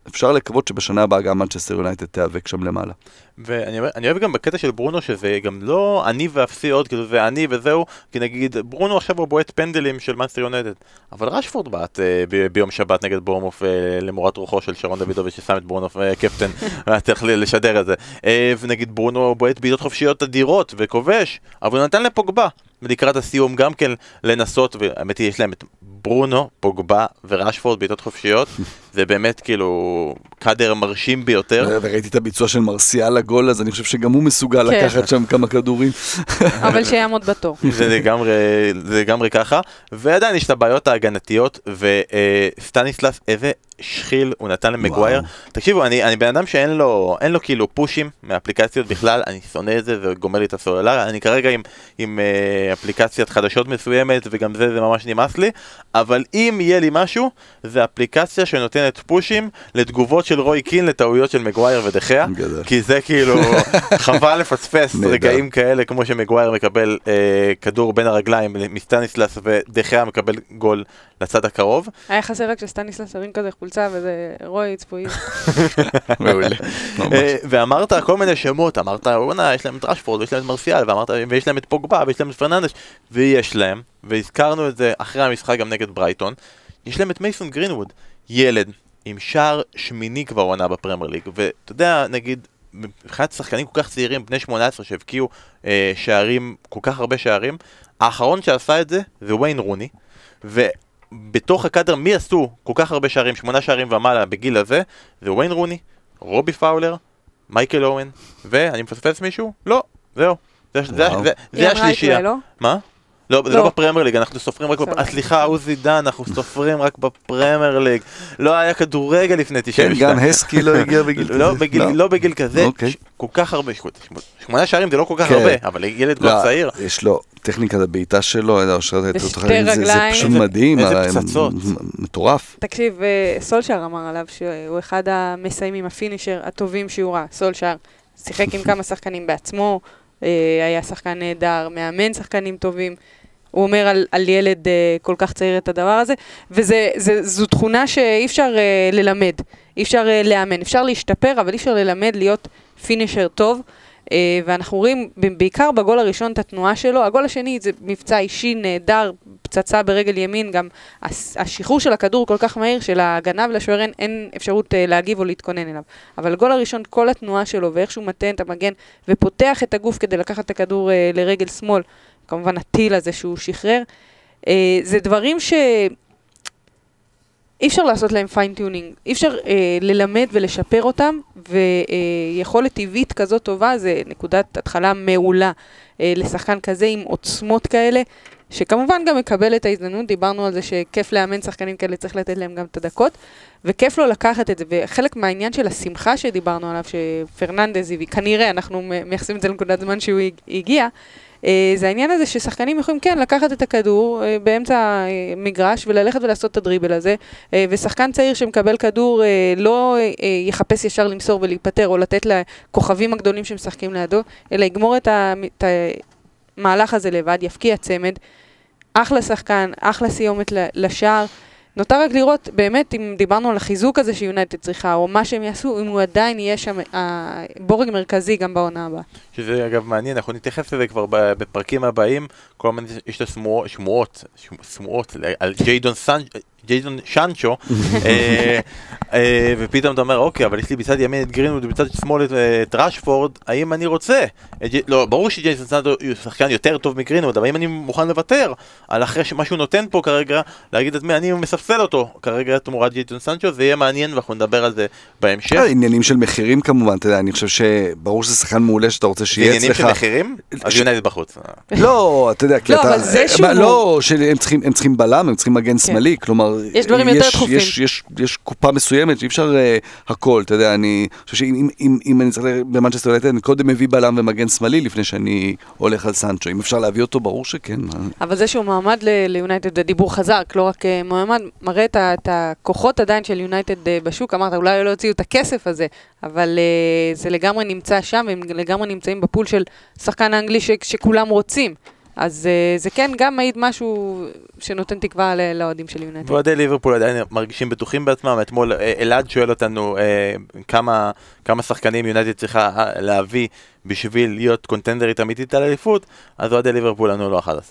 אפשר לקוות שבשנה הבאה גם מנצ'סטר יונייטד תיאבק שם למעלה. ואני אוהב גם בקטע של ברונו שזה גם לא אני ואפסי עוד, כאילו זה אני וזהו, כי נגיד ברונו עכשיו הוא בועט פנדלים של מנצ'סטר יונייטד, אבל רשפורד בעט ב- ביום שבת נגד בורנמוף למורת רוחו של שרון דוידוביץ' ששם את ברונו קפטן, צריך לשדר את זה, ונגיד ברונו בועט בעיטות חופשיות אדירות וכובש, אבל הוא נתן לפוגבה ולקראת הסיום גם כן לנסות, והאמת היא יש להם את ברונו, פוגבה ורשפורד בעיטות חופשיות, זה באמת כאילו קאדר מרשים ביותר. וראיתי את הביצוע של מרסיאל לגול, אז אני חושב שגם הוא מסוגל לקחת שם כמה כדורים. אבל שיעמוד בתור. זה לגמרי, זה לגמרי ככה, ועדיין יש את הבעיות ההגנתיות, וסטניסלס איזה שחיל הוא נתן למגווייר. תקשיבו, אני, אני בן אדם שאין לו, אין לו כאילו פושים מאפליקציות בכלל, אני שונא את זה, זה גומר לי את הסוללה, אני כרגע עם, עם אה, אפליקציית חדשות מסוימת, וגם זה, זה ממש נמאס לי, אבל אם יהיה לי משהו, זה אפליקציה שנותנת פושים לתגובות של רוי קין לטעויות של מגווייר ודחיה, כי זה כאילו חבל לפספס רגעים כאלה, כמו שמגווייר מקבל אה, כדור בין הרגליים מסטניסלס, ודחיה מקבל גול לצד הקרוב. היה חסר רק שסטניסלס הרים כזה חולצה, וזה רוי צפוי. מעולה. ואמרת כל מיני שמות, אמרת, וואנה, יש להם את רשפורד, ויש להם את מרסיאל, ואמרת, ויש להם את פוגבה, ויש להם את פרננדש, ויש להם, והזכרנו את זה אחרי המשחק גם נגד ברייטון, יש להם את מייסון גרינווד, ילד, עם שער שמיני כבר עונה בפרמייר ליג, ואתה יודע, נגיד, מבחינת שחקנים כל כך צעירים, בני שמונה עשרה שהבקיעו אה, שערים, כל כך הרבה שערים, האחרון שעשה את זה, זה ויין רוני, ובתוך הקאדר מי עשו כל כך הרבה שערים, שמונה שערים ומעלה בגיל הזה, זה ויין רוני, רובי פאולר, מייקל אוון, ואני מפספס מישהו? לא, זהו. זה, זה, זה, זה השלישייה. לא? מה? לא, זה לא בפרמייר ליג, אנחנו סופרים רק בפרמייר ליג, סליחה, עוזי דן, אנחנו סופרים רק בפרמייר ליג, לא היה כדורגל לפני תשעים ושתיים. כן, גם הסקי לא הגיע בגיל כזה. לא בגיל כזה, כל כך הרבה, שמונה שערים זה לא כל כך הרבה, אבל ילד כבר צעיר. יש לו טכניקת הבעיטה שלו, בשתי רגליים. זה פשוט מדהים, איזה פצצות. מטורף. תקשיב, סולשאר אמר עליו שהוא אחד המסיימים, הפינישר הטובים שהוא ראה, סולשאר שיחק עם כמה שחקנים בעצמו, היה שחקן נהדר, מאמן שחקנים טובים, הוא אומר על, על ילד uh, כל כך צעיר את הדבר הזה, וזו תכונה שאי אפשר uh, ללמד, אי אפשר uh, לאמן, אפשר להשתפר, אבל אי אפשר ללמד להיות פינישר טוב, uh, ואנחנו רואים בעיקר בגול הראשון את התנועה שלו, הגול השני זה מבצע אישי נהדר, פצצה ברגל ימין, גם השחרור של הכדור כל כך מהיר, של הגנב לשוער אין, אין אפשרות uh, להגיב או להתכונן אליו, אבל הגול הראשון, כל התנועה שלו, ואיך שהוא מתן את המגן, ופותח את הגוף כדי לקחת את הכדור uh, לרגל שמאל, כמובן הטיל הזה שהוא שחרר, אה, זה דברים ש... אי אפשר לעשות להם פיינטיונינג, אי אפשר אה, ללמד ולשפר אותם, ויכולת טבעית כזאת טובה, זה נקודת התחלה מעולה אה, לשחקן כזה עם עוצמות כאלה, שכמובן גם מקבל את ההזדמנות, דיברנו על זה שכיף לאמן שחקנים כאלה, צריך לתת להם גם את הדקות, וכיף לו לקחת את זה, וחלק מהעניין של השמחה שדיברנו עליו, שפרננדז הביא, כנראה אנחנו מייחסים את זה לנקודת זמן שהוא הגיע, זה העניין הזה ששחקנים יכולים כן לקחת את הכדור באמצע המגרש וללכת ולעשות את הדריבל הזה, ושחקן צעיר שמקבל כדור לא יחפש ישר למסור ולהיפטר או לתת לכוכבים הגדולים שמשחקים לידו, אלא יגמור את המהלך הזה לבד, יפקיע צמד, אחלה שחקן, אחלה סיומת לשער. נותר רק לראות, באמת, אם דיברנו על החיזוק הזה שיונייטד צריכה, או מה שהם יעשו, אם הוא עדיין יהיה שם בורג מרכזי גם בעונה הבאה. שזה אגב מעניין, אנחנו נתייחס לזה כבר בפרקים הבאים, כל הזמן יש את השמועות, שמועות על ג'יידון סנצ'ו, ג'יידון שנצ'ו, ופתאום אתה אומר, אוקיי, אבל יש לי בצד ימין את גרינווד ובצד שמאל את רשפורד, האם אני רוצה? לא, ברור שג'יידון סנצ'ו הוא שחקן יותר טוב מגרינווד, אבל האם אני מוכן לוותר על אחרי שמה שהוא נותן פה כרגע, להגיד את מי, אני מספסל אותו כרגע תמורת ג'יידון סנצ'ו, זה יהיה מעניין ואנחנו נדבר על זה בהמשך. עניינים של מחירים כמובן, אתה יודע, אני חושב שברור שזה שחקן מעולה שאתה רוצה שיהיה אצלך. עניינים של מחירים? אז יונייטד בחוץ. לא, אתה יודע, כי אתה... לא, הם צריכים בלם, הם צריכים מגן שמאלי, כלומר יש דברים יותר דחופים. יש, יש, יש קופה מסוימת שאי אפשר uh, הכל, אתה יודע, אני חושב שאם אם, אם אני צריך במנצ'סטר יונייטד, אני קודם מביא בלם ומגן שמאלי לפני שאני הולך על סנצ'ו. אם אפשר להביא אותו, ברור שכן. אבל זה שהוא מעמד ליונייטד, זה דיבור חזק, לא רק מעמד, מראה את, את הכוחות עדיין של יונייטד בשוק, אמרת, אולי לא הוציאו את הכסף הזה, אבל uh, זה לגמרי נמצא שם, והם לגמרי נמצאים בפול של שחקן האנגלי ש, שכולם רוצים. אז זה כן גם מעיד משהו שנותן תקווה לאוהדים של יונייטד. ואוהדי ליברפול עדיין מרגישים בטוחים בעצמם. אתמול אלעד שואל אותנו כמה כמה שחקנים יונייטד צריכה להביא בשביל להיות קונטנדרית אמיתית על אליפות, אז אוהדי ליברפול ענו לו אחד עשר.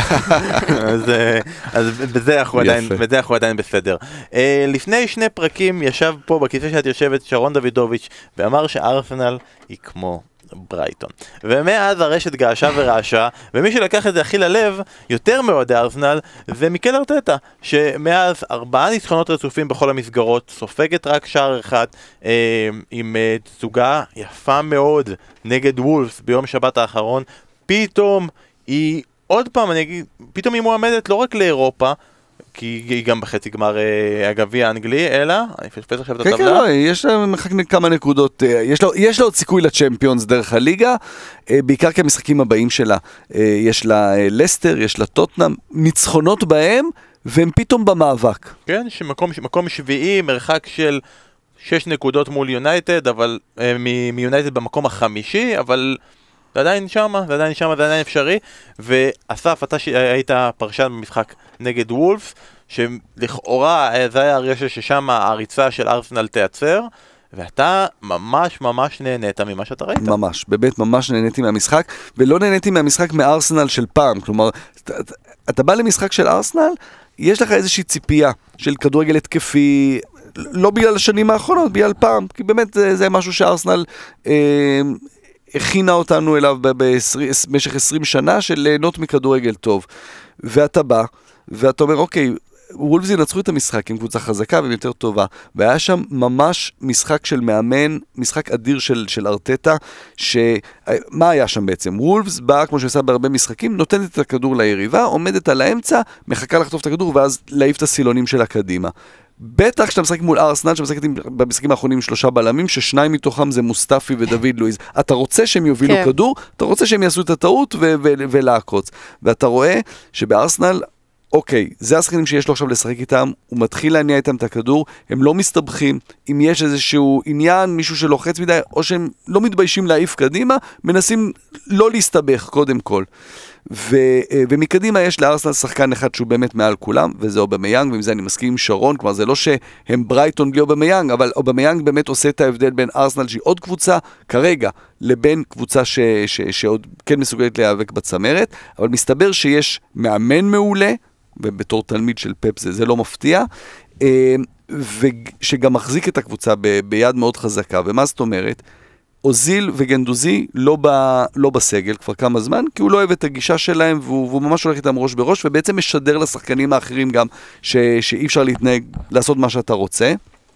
אז בזה אנחנו עדיין בסדר. לפני שני פרקים ישב פה בכיסא שאת יושבת שרון דוידוביץ' ואמר שארסנל היא כמו ברייטון. ומאז הרשת געשה ורעשה, ומי שלקח את זה הכי ללב, יותר מאוהדי ארסנל, זה מיקל ארטטה, שמאז ארבעה ניצחונות רצופים בכל המסגרות, סופגת רק שער אחד, אה, עם אה, תצוגה יפה מאוד נגד וולפס ביום שבת האחרון, פתאום היא, עוד פעם אני אגיד, פתאום היא מועמדת לא רק לאירופה, כי היא גם בחצי גמר הגביע האנגלי, אלא, אני פספס עכשיו את הטבלה. כן, כן, לא, יש לה כמה נקודות, יש לה עוד סיכוי לצ'מפיונס דרך הליגה, בעיקר כי המשחקים הבאים שלה, יש לה לסטר, יש לה טוטנאם, ניצחונות בהם, והם פתאום במאבק. כן, שמקום שביעי, מרחק של שש נקודות מול יונייטד, אבל מיונייטד במקום החמישי, אבל זה עדיין שמה, זה עדיין שמה, זה עדיין אפשרי. ואסף, אתה היית פרשן במשחק נגד וולפס, שלכאורה זה היה הרגשה ששם העריצה של ארסנל תיעצר, ואתה ממש ממש נהנית ממה שאתה ראית. ממש, באמת ממש נהניתי מהמשחק, ולא נהניתי מהמשחק מארסנל של פעם. כלומר, אתה, אתה בא למשחק של ארסנל, יש לך איזושהי ציפייה של כדורגל התקפי, לא בגלל השנים האחרונות, בגלל פעם, כי באמת זה, זה משהו שארסנל אה, הכינה אותנו אליו במשך עשרים שנה של ליהנות מכדורגל טוב. ואתה בא, ואתה אומר, אוקיי, וולפס ינצחו את המשחק עם קבוצה חזקה ועם יותר טובה, והיה שם ממש משחק של מאמן, משחק אדיר של, של ארטטה, שמה היה שם בעצם? וולפס באה, כמו שעשה בהרבה משחקים, נותנת את הכדור ליריבה, עומדת על האמצע, מחכה לחטוף את הכדור, ואז להעיף את הסילונים שלה קדימה. בטח כשאתה משחק מול ארסנל, שמשחקת במשחקים האחרונים שלושה בלמים, ששניים מתוכם זה מוסטפי ודוד לואיז. אתה רוצה שהם יובילו כן. כדור, אתה רוצה שהם יעשו את הטעות ו- ו- ולעקוץ. ואתה רואה שבארסנל, אוקיי, זה השחקנים שיש לו עכשיו לשחק איתם, הוא מתחיל להניע איתם את הכדור, הם לא מסתבכים, אם יש איזשהו עניין, מישהו שלוחץ מדי, או שהם לא מתביישים להעיף קדימה, מנסים לא להסתבך קודם כל. ו, ומקדימה יש לארסנל שחקן אחד שהוא באמת מעל כולם, וזה אובמיאנג, ועם זה אני מסכים עם שרון, כלומר זה לא שהם ברייטון בלי אובמיאנג, אבל אובמיאנג באמת עושה את ההבדל בין ארסנל שהיא עוד קבוצה כרגע, לבין קבוצה ש, ש, שעוד כן מסוגלת להיאבק בצמרת, אבל מסתבר שיש מאמן מעולה, ובתור תלמיד של פפ זה, זה לא מפתיע, ושגם מחזיק את הקבוצה ב, ביד מאוד חזקה, ומה זאת אומרת? אוזיל וגנדוזי לא, ב, לא בסגל כבר כמה זמן, כי הוא לא אוהב את הגישה שלהם, והוא, והוא ממש הולך איתם ראש בראש, ובעצם משדר לשחקנים האחרים גם ש, שאי אפשר להתנהג, לעשות מה שאתה רוצה.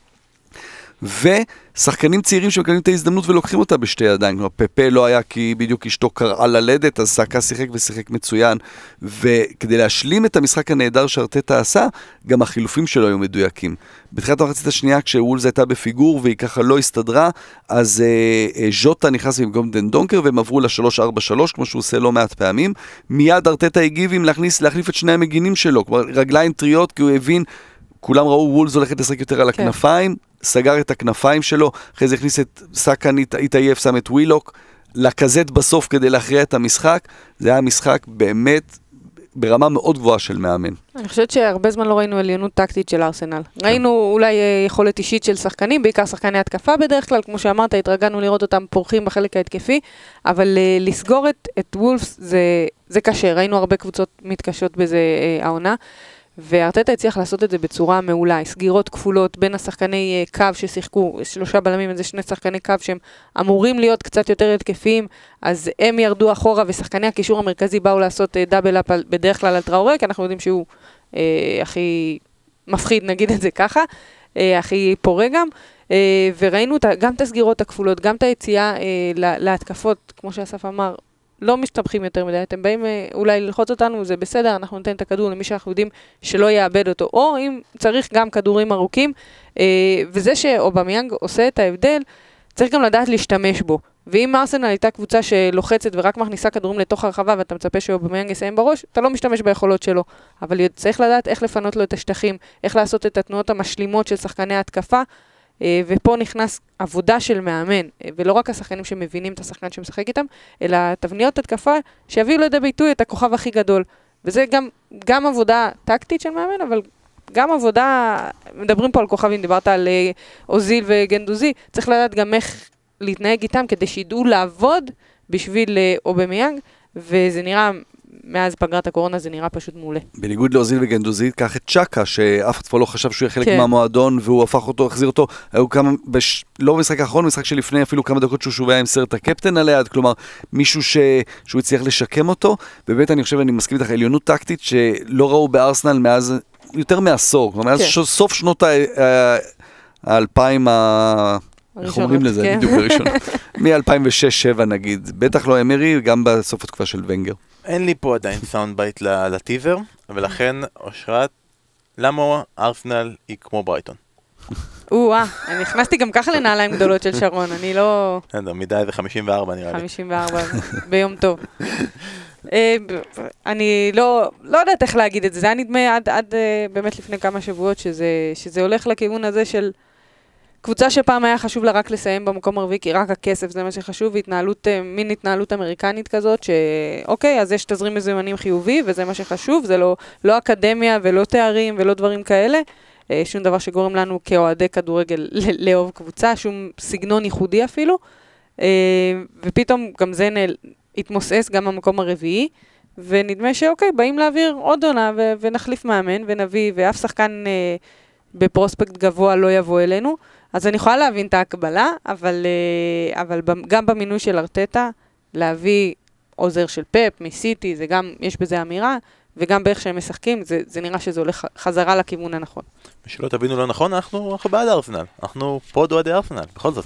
ושחקנים צעירים שמקבלים את ההזדמנות ולוקחים אותה בשתי ידיים. כלומר, פפה לא היה כי בדיוק אשתו קראה ללדת, אז סאקה שיחק ושיחק מצוין. וכדי להשלים את המשחק הנהדר שארטטה עשה, גם החילופים שלו היו מדויקים. בתחילת המחצית השנייה, כשוולפס הייתה בפיגור והיא ככה לא הסתדרה, אז אה, ז'וטה נכנס במקום דנדונקר, והם עברו ל-שלוש ארבע שלוש, כמו שהוא עושה לא מעט פעמים. מיד ארטטה הגיב עם להכניס, להחליף את שני המגינים שלו, כלומר רגליים טריות, כי הוא הבין, כולם ראו וולפס הולכת לשחק יותר על הכנפיים, סגר את הכנפיים שלו, אחרי זה הכניס את סאקה התעייף, שם את ווילוק, לקזט בסוף כדי להכריע את המשחק. זה היה משחק באמת ברמה מאוד גבוהה של מאמן. אני חושבת שהרבה זמן לא ראינו עליונות טקטית של ארסנל. ראינו אולי יכולת אישית של שחקנים, בעיקר שחקני התקפה בדרך כלל, כמו שאמרת, התרגלנו לראות אותם פורחים בחלק ההתקפי, אבל לסגור את, את וולפס זה, זה קשה. ראינו הרבה קבוצות מתקשות בזה העונה. וארטטה הצליח לעשות את זה בצורה מעולה, סגירות כפולות בין השחקני קו ששיחקו, שלושה בלמים, איזה שני שחקני קו שהם אמורים להיות קצת יותר התקפיים, אז הם ירדו אחורה ושחקני הקישור המרכזי באו לעשות דאבל אפ בדרך כלל על טראורה, כי אנחנו יודעים שהוא אה, הכי מפחיד, נגיד את זה ככה, אה, הכי פורה גם, אה, וראינו גם את הסגירות הכפולות, גם את היציאה אה, להתקפות, כמו שאסף אמר, לא מסתבכים יותר מדי, אתם באים אולי ללחוץ אותנו, זה בסדר, אנחנו ניתן את הכדור למי שאנחנו יודעים שלא יאבד אותו, או אם צריך גם כדורים ארוכים, וזה שאובמיאנג עושה את ההבדל, צריך גם לדעת להשתמש בו, ואם ארסנל הייתה קבוצה שלוחצת ורק מכניסה כדורים לתוך הרחבה, ואתה מצפה שאובמיאנג יסיים בראש, אתה לא משתמש ביכולות שלו, אבל צריך לדעת איך לפנות לו את השטחים, איך לעשות את התנועות המשלימות של שחקני ההתקפה, ופה נכנס עבודה של מאמן, ולא רק השחקנים שמבינים את השחקן שמשחק איתם, אלא תבניות התקפה שיביאו לידי ביטוי את הכוכב הכי גדול. וזה גם, גם עבודה טקטית של מאמן, אבל גם עבודה, מדברים פה על כוכבים, דיברת על אוזיל וגנדוזי, צריך לדעת גם איך להתנהג איתם, כדי שידעו לעבוד בשביל אובמיאנג, וזה נראה, מאז פגרת הקורונה זה נראה פשוט מעולה. בניגוד לאוזיל וגנדוזי, קח את צ'קה, שאף אחד פה לא חשב שהוא יהיה חלק כן. מהמועדון, והוא הפך אותו, החזיר אותו, היו כמה, בש... לא במשחק האחרון, במשחק שלפני אפילו כמה דקות שהוא שוב היה עם סרט הקפטן על היד, כלומר, מישהו ש... שהוא הצליח לשקם אותו, ובאמת אני חושב, אני מסכים איתך, עליונות טקטית שלא ראו בארסנל מאז יותר מעשור, כלומר, מאז כן. סוף שנות האלפיים ה... איך אומרים לזה? כן. בדיוק בראשון. מ-אלפיים ושש שבע נגיד, בטח לא אמרי, גם בסוף התקופה של ונגר. אין לי פה עדיין סאונד בייט לטיזר, ולכן, אושרת, למה ארסנל היא כמו ברייטון? או-אה, אני נכנסתי גם ככה לנעליים גדולות של שרון, אני לא... מידה איזה חמישים וארבע נראה לי. חמישים וארבע, ביום טוב. אני לא יודעת איך להגיד את זה, זה היה נדמה עד באמת לפני כמה שבועות, שזה הולך לכיוון הזה של... קבוצה שפעם היה חשוב לה רק לסיים במקום הרביעי, כי רק הכסף זה מה שחשוב, והתנהלות, מין התנהלות אמריקנית כזאת, שאוקיי, אז יש תזרים מזומנים חיובי, וזה מה שחשוב, זה לא, לא אקדמיה ולא תארים ולא דברים כאלה, שום דבר שגורם לנו כאוהדי כדורגל לאהוב קבוצה, שום סגנון ייחודי אפילו, ופתאום גם זה התמוסס גם במקום הרביעי, ונדמה שאוקיי, באים להעביר עוד עונה, ו- ונחליף מאמן, ונביא, ואף שחקן בפרוספקט גבוה לא יבוא אלינו, אז אני יכולה להבין את ההקבלה, אבל, אבל גם במינוי של ארטטה, להביא עוזר של פפ, מסיטי, זה גם, יש בזה אמירה, וגם באיך שהם משחקים, זה, זה נראה שזה הולך חזרה לכיוון הנכון. ושלא תבינו לא נכון, אנחנו, אנחנו בעד ארסנל, אנחנו פה דועדי ארסנל, בכל זאת,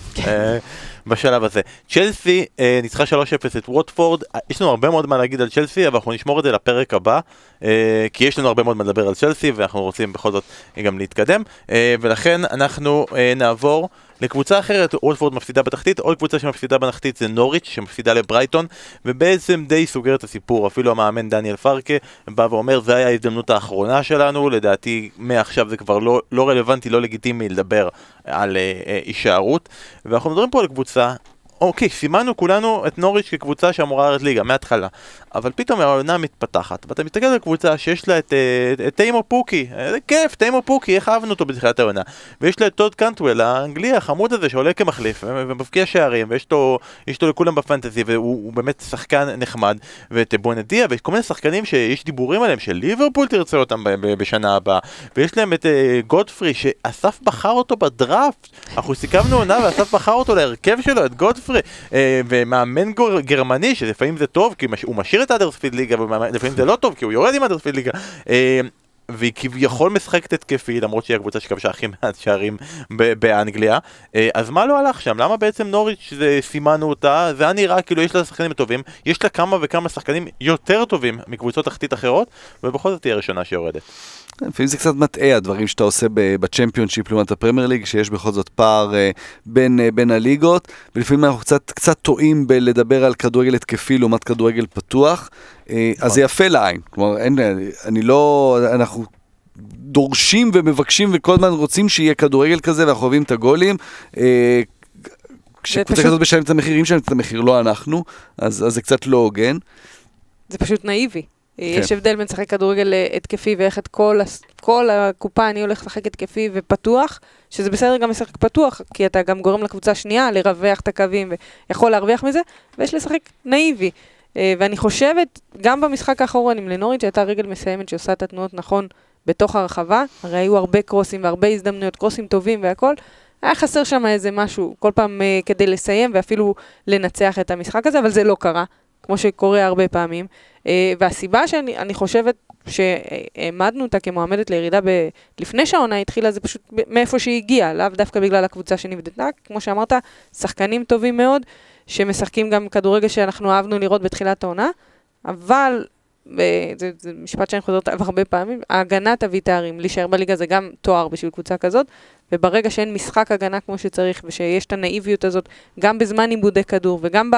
בשלב הזה. צ'לסי ניצחה שלוש אפס את ווטפורד, יש לנו הרבה מאוד מה להגיד על צ'לסי, אבל אנחנו נשמור את זה לפרק הבא, כי יש לנו הרבה מאוד מה לדבר על צ'לסי, ואנחנו רוצים בכל זאת גם להתקדם, ולכן אנחנו נעבור לקבוצה אחרת. ווטפורד מפסידה בתחתית, עוד קבוצה שמפסידה בתחתית זה נוריץ' שמפסידה לברייטון, ובעצם די סוגר את הסיפור. אפילו המאמן דניאל פרקה בא ואומר, זה היה ההזדמנות האחרונה שלנו, לדעתי מעכשיו זה כבר לא, לא רלוונטי, לא לגיטימי לדבר על הישארות, ואנחנו מדברים פה על קבוצה, אוקיי, סימנו כולנו את נוריץ' כקבוצה שאמורה לרדת ליגה מההתחלה, אבל פתאום העונה מתפתחת, ואתה מסתכל על קבוצה שיש לה את, את, את טיימו פוקי, זה כיף, טיימו פוקי, איך אהבנו אותו בתחילת העונה, ויש לה את טוד קנטוול, האנגלי החמוד הזה שעולה כמחליף, ומבקיע שערים, ויש לו, יש לו לכולם בפנטזי, והוא באמת שחקן נחמד, ואת בונדיה, ויש כל מיני שחקנים שיש דיבורים עליהם, של ליברפול תרצה אותם בשנה הבאה, ויש להם את גודפרי, שאסף בחר אותו בדראפט, אנחנו סיכמנו עונה, ואסף בחר אותו להרכב שלו, את גודפרי, ומאמן גרמני, שלפעמים זה טוב, כי הוא משאיר את האדרספילד ליגה, ולפעמים זה לא טוב, כי הוא יורד עם האדרספילד ליגה, והיא כביכול משחקת התקפי, למרות שהיא הקבוצה שכבשה הכי מעט שערים באנגליה, אז מה לא הלך שם? למה בעצם נוריץ' סימנו אותה? זה היה נראה כאילו יש לה שחקנים טובים, יש לה כמה וכמה שחקנים יותר טובים מקבוצות תחתית אחרות, ובכל זאת תהיה הראשונה שיורדת. לפעמים זה קצת מטעה, הדברים שאתה עושה בצ'מפיונשיפ לעומת הפרמייר ליג, שיש בכל זאת פער בין, בין הליגות, ולפעמים אנחנו קצת, קצת טועים בלדבר על כדורגל התקפי לעומת כדורגל פתוח, אז זה יפה לעין. כלומר, אין, אני לא, אנחנו דורשים ומבקשים וכל הזמן רוצים שיהיה כדורגל כזה, ואנחנו אוהבים את הגולים, כשקבוצה כזאת משלמת את המחירים שלנו, את המחיר לא אנחנו, אז, אז זה קצת לא הוגן. זה פשוט נאיבי. יש הבדל בין שחק כדורגל התקפי ואיך את כל, כל הקופה אני הולך לשחק התקפי ופתוח, שזה בסדר גם לשחק פתוח, כי אתה גם גורם לקבוצה שנייה לרווח את הקווים ויכול להרוויח מזה, ויש לשחק נאיבי. ואני חושבת, גם במשחק האחרון עם לנוריץ' שהייתה רגל מסיימת שעושה את התנועות נכון בתוך הרחבה, הרי היו הרבה קרוסים והרבה הזדמנויות, קרוסים טובים והכל, היה חסר שם איזה משהו, כל פעם כדי לסיים ואפילו לנצח את המשחק הזה, אבל זה לא קרה. כמו שקורה הרבה פעמים, והסיבה שאני חושבת שהעמדנו אותה כמועמדת לירידה לפני שהעונה התחילה, זה פשוט מאיפה שהיא הגיעה, לאו דווקא בגלל הקבוצה שנבדתה, כמו שאמרת, שחקנים טובים מאוד, שמשחקים גם כדורגל שאנחנו אהבנו לראות בתחילת העונה, אבל, זה, זה משפט שאני חוזרת עליו הרבה פעמים, ההגנה תביא תארים, להישאר בליגה זה גם תואר בשביל קבוצה כזאת, וברגע שאין משחק הגנה כמו שצריך, ושיש את הנאיביות הזאת, גם בזמן עיבודי כדור, וגם ב...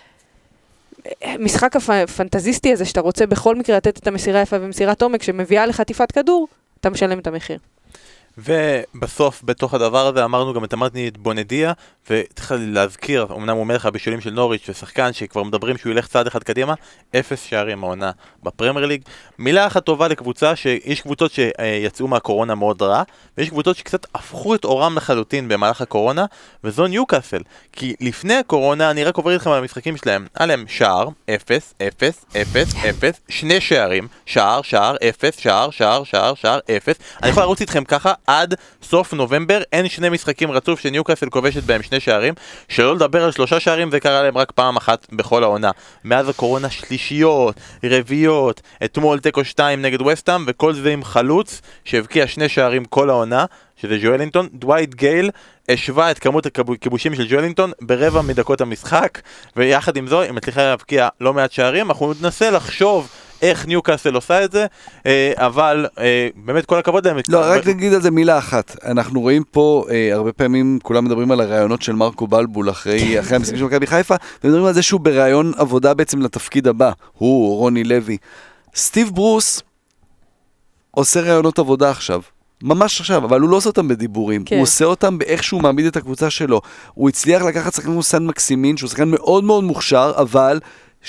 משחק הפנטזיסטי הזה שאתה רוצה בכל מקרה לתת את המסירה יפה ומסירת עומק שמביאה לחטיפת כדור, אתה משלם את המחיר. ובסוף, בתוך הדבר הזה, אמרנו גם את אמרתי את בונדיה, וצריך להזכיר, אמנם הוא אומר לך בישולים של נוריץ' ושחקן שכבר מדברים שהוא ילך צעד אחד קדימה, אפס שערים העונה בפרמייר ליג. מילה אחת טובה לקבוצה, שיש קבוצות שיצאו מהקורונה מאוד רע, ויש קבוצות שקצת הפכו את אורם לחלוטין במהלך הקורונה, וזו ניוקאסל. כי לפני הקורונה, אני רק עובר איתכם על המשחקים שלהם, עליהם שער, אפס, אפס, אפס, אפס, שני שערים, שער, שער, אפס, שער, שער, שער, שער, אפס. אני יכול לרוץ איתכם ככה, עד סוף נובמבר, אין שני משחקים רצוף שניוקאסל כובשת בהם שני שערים, שלא לדבר על שלושה שערים, זה קרה להם רק פעם אחת בכל העונה. מאז הקורונה שלישיות, רביעיות, אתמול תיקו שתיים נגד וסטהאם, וכל זה עם חלוץ שהבקיע שני שערים כל העונה, שזה ג'ואלינטון. דווייט גייל השווה את כמות הכיבושים של ג'ואלינטון ברבע מדקות המשחק, ויחד עם זו, אם הצליחה להבקיע לא מעט שערים, אנחנו ננסה לחשוב איך ניוקאסל עושה את זה, אבל באמת כל הכבוד להם. לא, רק נגיד על זה מילה אחת. אנחנו רואים פה, הרבה פעמים כולם מדברים על הרעיונות של מרקו בלבול אחרי המשחקים של מכבי חיפה, ומדברים על זה שהוא ברעיון עבודה בעצם לתפקיד הבא. הוא, רוני לוי. סטיב ברוס עושה רעיונות עבודה עכשיו. ממש עכשיו, אבל הוא לא עושה אותם בדיבורים, כן. הוא עושה אותם באיך שהוא מעמיד את הקבוצה שלו. הוא הצליח לקחת שחקן כמו סן מקסימין, שהוא שחקן מאוד מאוד מוכשר, אבל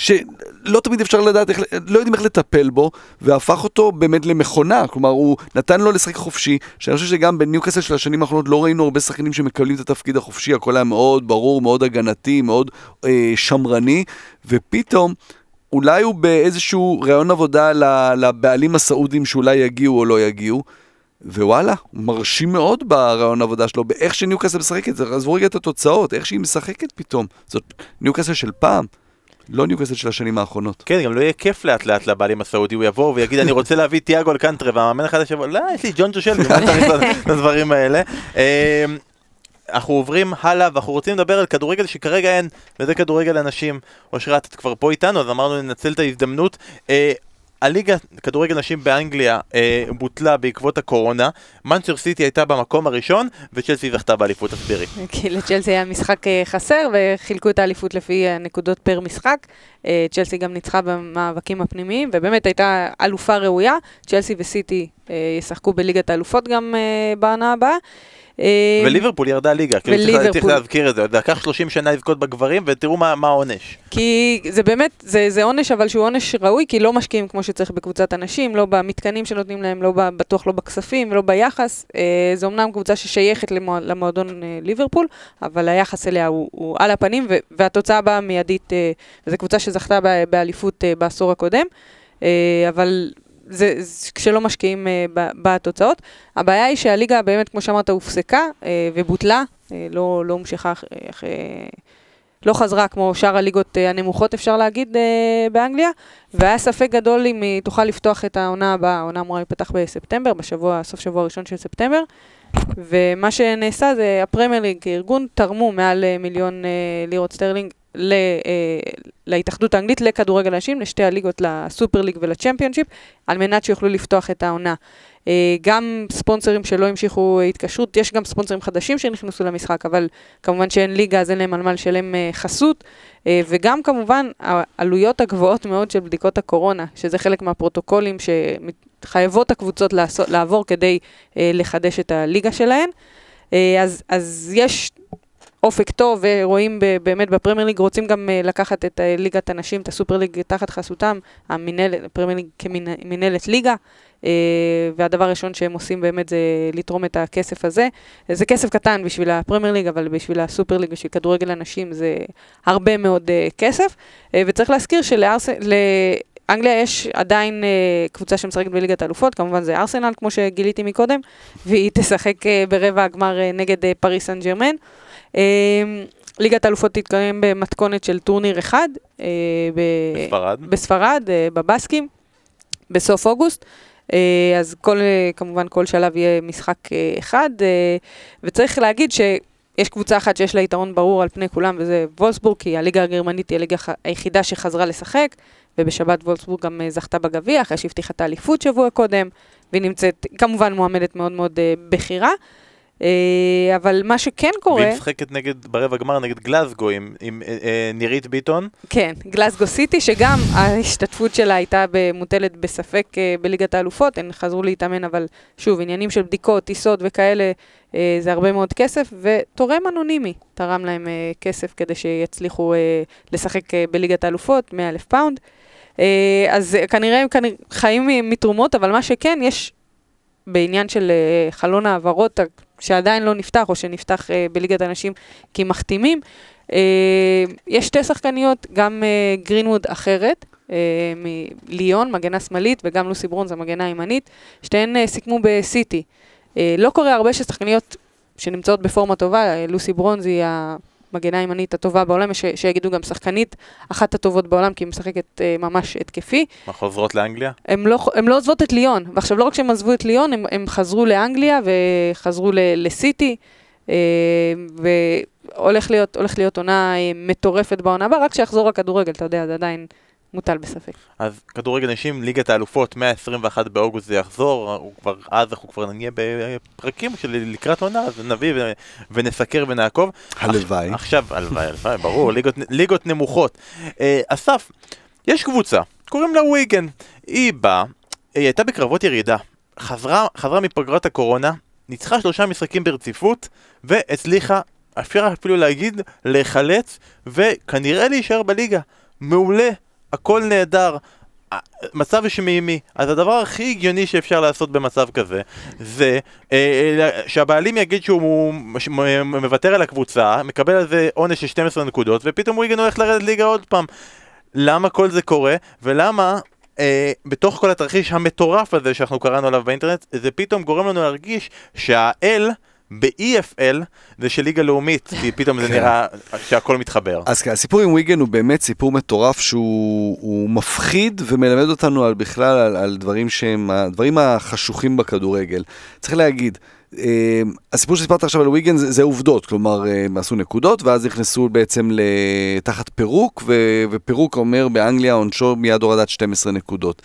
שלא תמיד אפשר לדעת, איך, לא יודעים איך לטפל בו, והפך אותו באמת למכונה. כלומר, הוא נתן לו לשחק חופשי, שאני חושב שגם בניוקאסל של השנים האחרונות לא ראינו הרבה שחקנים שמקבלים את התפקיד החופשי, הכל היה מאוד ברור, מאוד הגנתי, מאוד אה, שמרני, ופתאום אולי הוא באיזשהו רעיון עבודה לבעלים הסעודים שאולי יגיעו או לא יגיעו, ווואלה, הוא מרשים מאוד ברעיון העבודה שלו, באיך שניוקאסל משחקת, אז בואו רגע את התוצאות, איך שהיא משחקת פתאום. זאת ניוקאסל של פעם, לא ניוקאסל של השנים האחרונות. כן, גם לא יהיה כיף לאט לאט לבעלים הסעודי, הוא יבוא ויגיד, אני רוצה להביא תיאגו אלקנטרה, והמאמן אחד השבוע, לא, יש לי ג'ון ג'ושל, ומה צריך את הדברים האלה. אנחנו עוברים הלאה, ואנחנו רוצים לדבר על כדורגל שכרגע אין, וזה כדורגל אנשים. אושרת, את כבר פה איתנו, אז אמרנו לנצל את ההזדמנות. הליגה כדורגל נשים באנגליה אה, בוטלה בעקבות הקורונה. מנצ'סטר סיטי הייתה במקום הראשון, וצ'לסי זכתה באליפות. הסבירי. כי לצ'לסי היה משחק אה, חסר, וחילקו את האליפות לפי נקודות פר משחק. אה, צ'לסי גם ניצחה במאבקים הפנימיים, ובאמת הייתה אלופה ראויה. צ'לסי וסיטי אה, ישחקו בליגת האלופות גם אה, בעונה הבאה. וליברפול ירדה ליגה, כאילו צריך להזכיר את זה, לקח שלושים שנה לזכות בגברים, ותראו מה העונש. כי זה באמת, זה עונש, אבל שהוא עונש ראוי, כי לא משקיעים כמו שצריך בקבוצת אנשים, לא במתקנים שנותנים להם, לא בטוח לא בכספים, לא ביחס. זה אומנם קבוצה ששייכת למועדון ליברפול, אבל היחס אליה הוא על הפנים, והתוצאה הבאה מיידית, וזו קבוצה שזכתה באליפות בעשור הקודם, אבל זה, זה כשלא משקיעים uh, בתוצאות. הבעיה היא שהליגה באמת, כמו שאמרת, הופסקה uh, ובוטלה, uh, לא, לא המשכה, uh, uh, לא חזרה כמו שאר הליגות uh, הנמוכות, אפשר להגיד, uh, באנגליה, והיה ספק גדול אם היא תוכל לפתוח את העונה הבאה. העונה אמורה להיפתח בספטמבר, בשבוע, סוף שבוע הראשון של ספטמבר, ומה שנעשה זה, הפרמייר ליג כארגון תרמו מעל uh, מיליון uh, לירות סטרלינג, ל, אה, להתאחדות האנגלית, לכדורגל הנשים, לשתי הליגות, לסופר ליג ולצ'מפיונשיפ, על מנת שיוכלו לפתוח את העונה. אה, גם ספונסרים שלא המשיכו התקשרות, יש גם ספונסרים חדשים שנכנסו למשחק, אבל כמובן שאין ליגה, אז אין להם על מה לשלם אה, חסות, אה, וגם כמובן העלויות הגבוהות מאוד של בדיקות הקורונה, שזה חלק מהפרוטוקולים שחייבות הקבוצות לעשות, לעבור כדי אה, לחדש את הליגה שלהן. אה, אז, אז יש אופק טוב, ורואים באמת בפרמייר ליג, רוצים גם לקחת את ליגת הנשים, את הסופר ליג תחת חסותם, הפרמייר ליג כמנהלת ליגה, והדבר הראשון שהם עושים באמת זה לתרום את הכסף הזה. זה כסף קטן בשביל הפרמייר ליג, אבל בשביל הסופר ליג, בשביל כדורגל הנשים, זה הרבה מאוד כסף, וצריך להזכיר שלאנגליה יש עדיין קבוצה שמשחקת בליגת האלופות, כמובן זה ארסנל, כמו שגיליתי מקודם, והיא תשחק ברבע הגמר נגד פריס סן ז'רמן. ליגת האלופות תתקיים במתכונת של טורניר אחד בספרד, בספרד, בבסקים, בסוף אוגוסט. אז כל, כמובן כל שלב יהיה משחק אחד, וצריך להגיד שיש קבוצה אחת שיש לה יתרון ברור על פני כולם, וזה וולסבורג, כי הליגה הגרמנית היא הליגה היחידה שחזרה לשחק, ובשבת וולסבורג גם זכתה בגביע, אחרי שהבטיחה את האליפות שבוע קודם, והיא נמצאת כמובן מועמדת מאוד מאוד בחירה. אבל מה שכן קורה... והיא משחקת נגד, ברבע גמר נגד גלזגו עם, עם אה, אה, נירית ביטון. כן, גלזגו סיטי, שגם ההשתתפות שלה הייתה מוטלת בספק אה, בליגת האלופות, הן חזרו להתאמן, אבל שוב, עניינים של בדיקות, טיסות וכאלה, אה, זה הרבה מאוד כסף, ותורם אנונימי תרם להם אה, כסף כדי שיצליחו אה, לשחק אה, בליגת האלופות, מאה אלף פאונד. אה, אז כנראה הם כנראה חיים מתרומות, אבל מה שכן, יש בעניין של אה, חלון העברות, שעדיין לא נפתח, או שנפתח אה, בליגת האנשים כי מחתימים. אה, יש שתי שחקניות, גם אה, גרינווד אחרת, אה, מליון, מגנה שמאלית, וגם לוסי ברונז, המגנה הימנית, שתיהן אה, סיכמו בסיטי. אה, לא קורה הרבה ששחקניות שנמצאות בפורמה טובה, אה, לוסי ברונז היא המגנה הימנית הטובה בעולם, ש- שיגידו גם שחקנית, אחת הטובות בעולם, כי היא משחקת אה, ממש התקפי. מה, חוזרות לאנגליה? הם לא, הם לא עוזבות את ליון, ועכשיו לא רק שהם עזבו את ליון, הם, הם חזרו לאנגליה וחזרו ל, לסיטי, אה, והולך להיות, הולך להיות עונה אה, מטורפת בעונה הבאה, רק שיחזור הכדורגל, אתה יודע, זה עדיין מוטל בספק. אז כדורגל נשים, ליגת האלופות, מאה עשרים ואחד באוגוסט זה יחזור, הוא כבר, אז אנחנו כבר נהיה בפרקים של לקראת עונה, אז נביא ו, ונסקר ונעקוב. הלוואי. עכשיו, הלוואי, הלוואי, ברור, ליגות, ליגות נמוכות. אה, אסף, יש קבוצה, קוראים לה וויגן, היא באה, היא הייתה בקרבות ירידה, חזרה, חזרה מפגרת הקורונה, ניצחה שלושה משחקים ברציפות, והצליחה, אפשר אפילו להגיד, להיחלץ, וכנראה להישאר בליגה. מעולה, הכל נהדר, מצב שמימי. אז הדבר הכי הגיוני שאפשר לעשות במצב כזה, זה אה, שהבעלים יגיד שהוא מוותר על הקבוצה, מקבל על זה עונש של שתים עשרה נקודות, ופתאום וויגן הולך לרדת ליגה עוד פעם. למה כל זה קורה, ולמה אה, בתוך כל התרחיש המטורף הזה שאנחנו קראנו עליו באינטרנט, זה פתאום גורם לנו להרגיש שה-L ב-E F L זה של ליגה לאומית, כי פתאום זה נראה שהכל מתחבר. אז כן, הסיפור עם וויגן הוא באמת סיפור מטורף שהוא מפחיד ומלמד אותנו על בכלל על, על דברים שהם, הדברים החשוכים בכדורגל. צריך להגיד, הסיפור שסיפרת עכשיו על וויגן זה, זה עובדות, כלומר הם עשו נקודות ואז נכנסו בעצם לתחת פירוק, ו, ופירוק אומר באנגליה עונשו מיד הורדת שתים עשרה נקודות.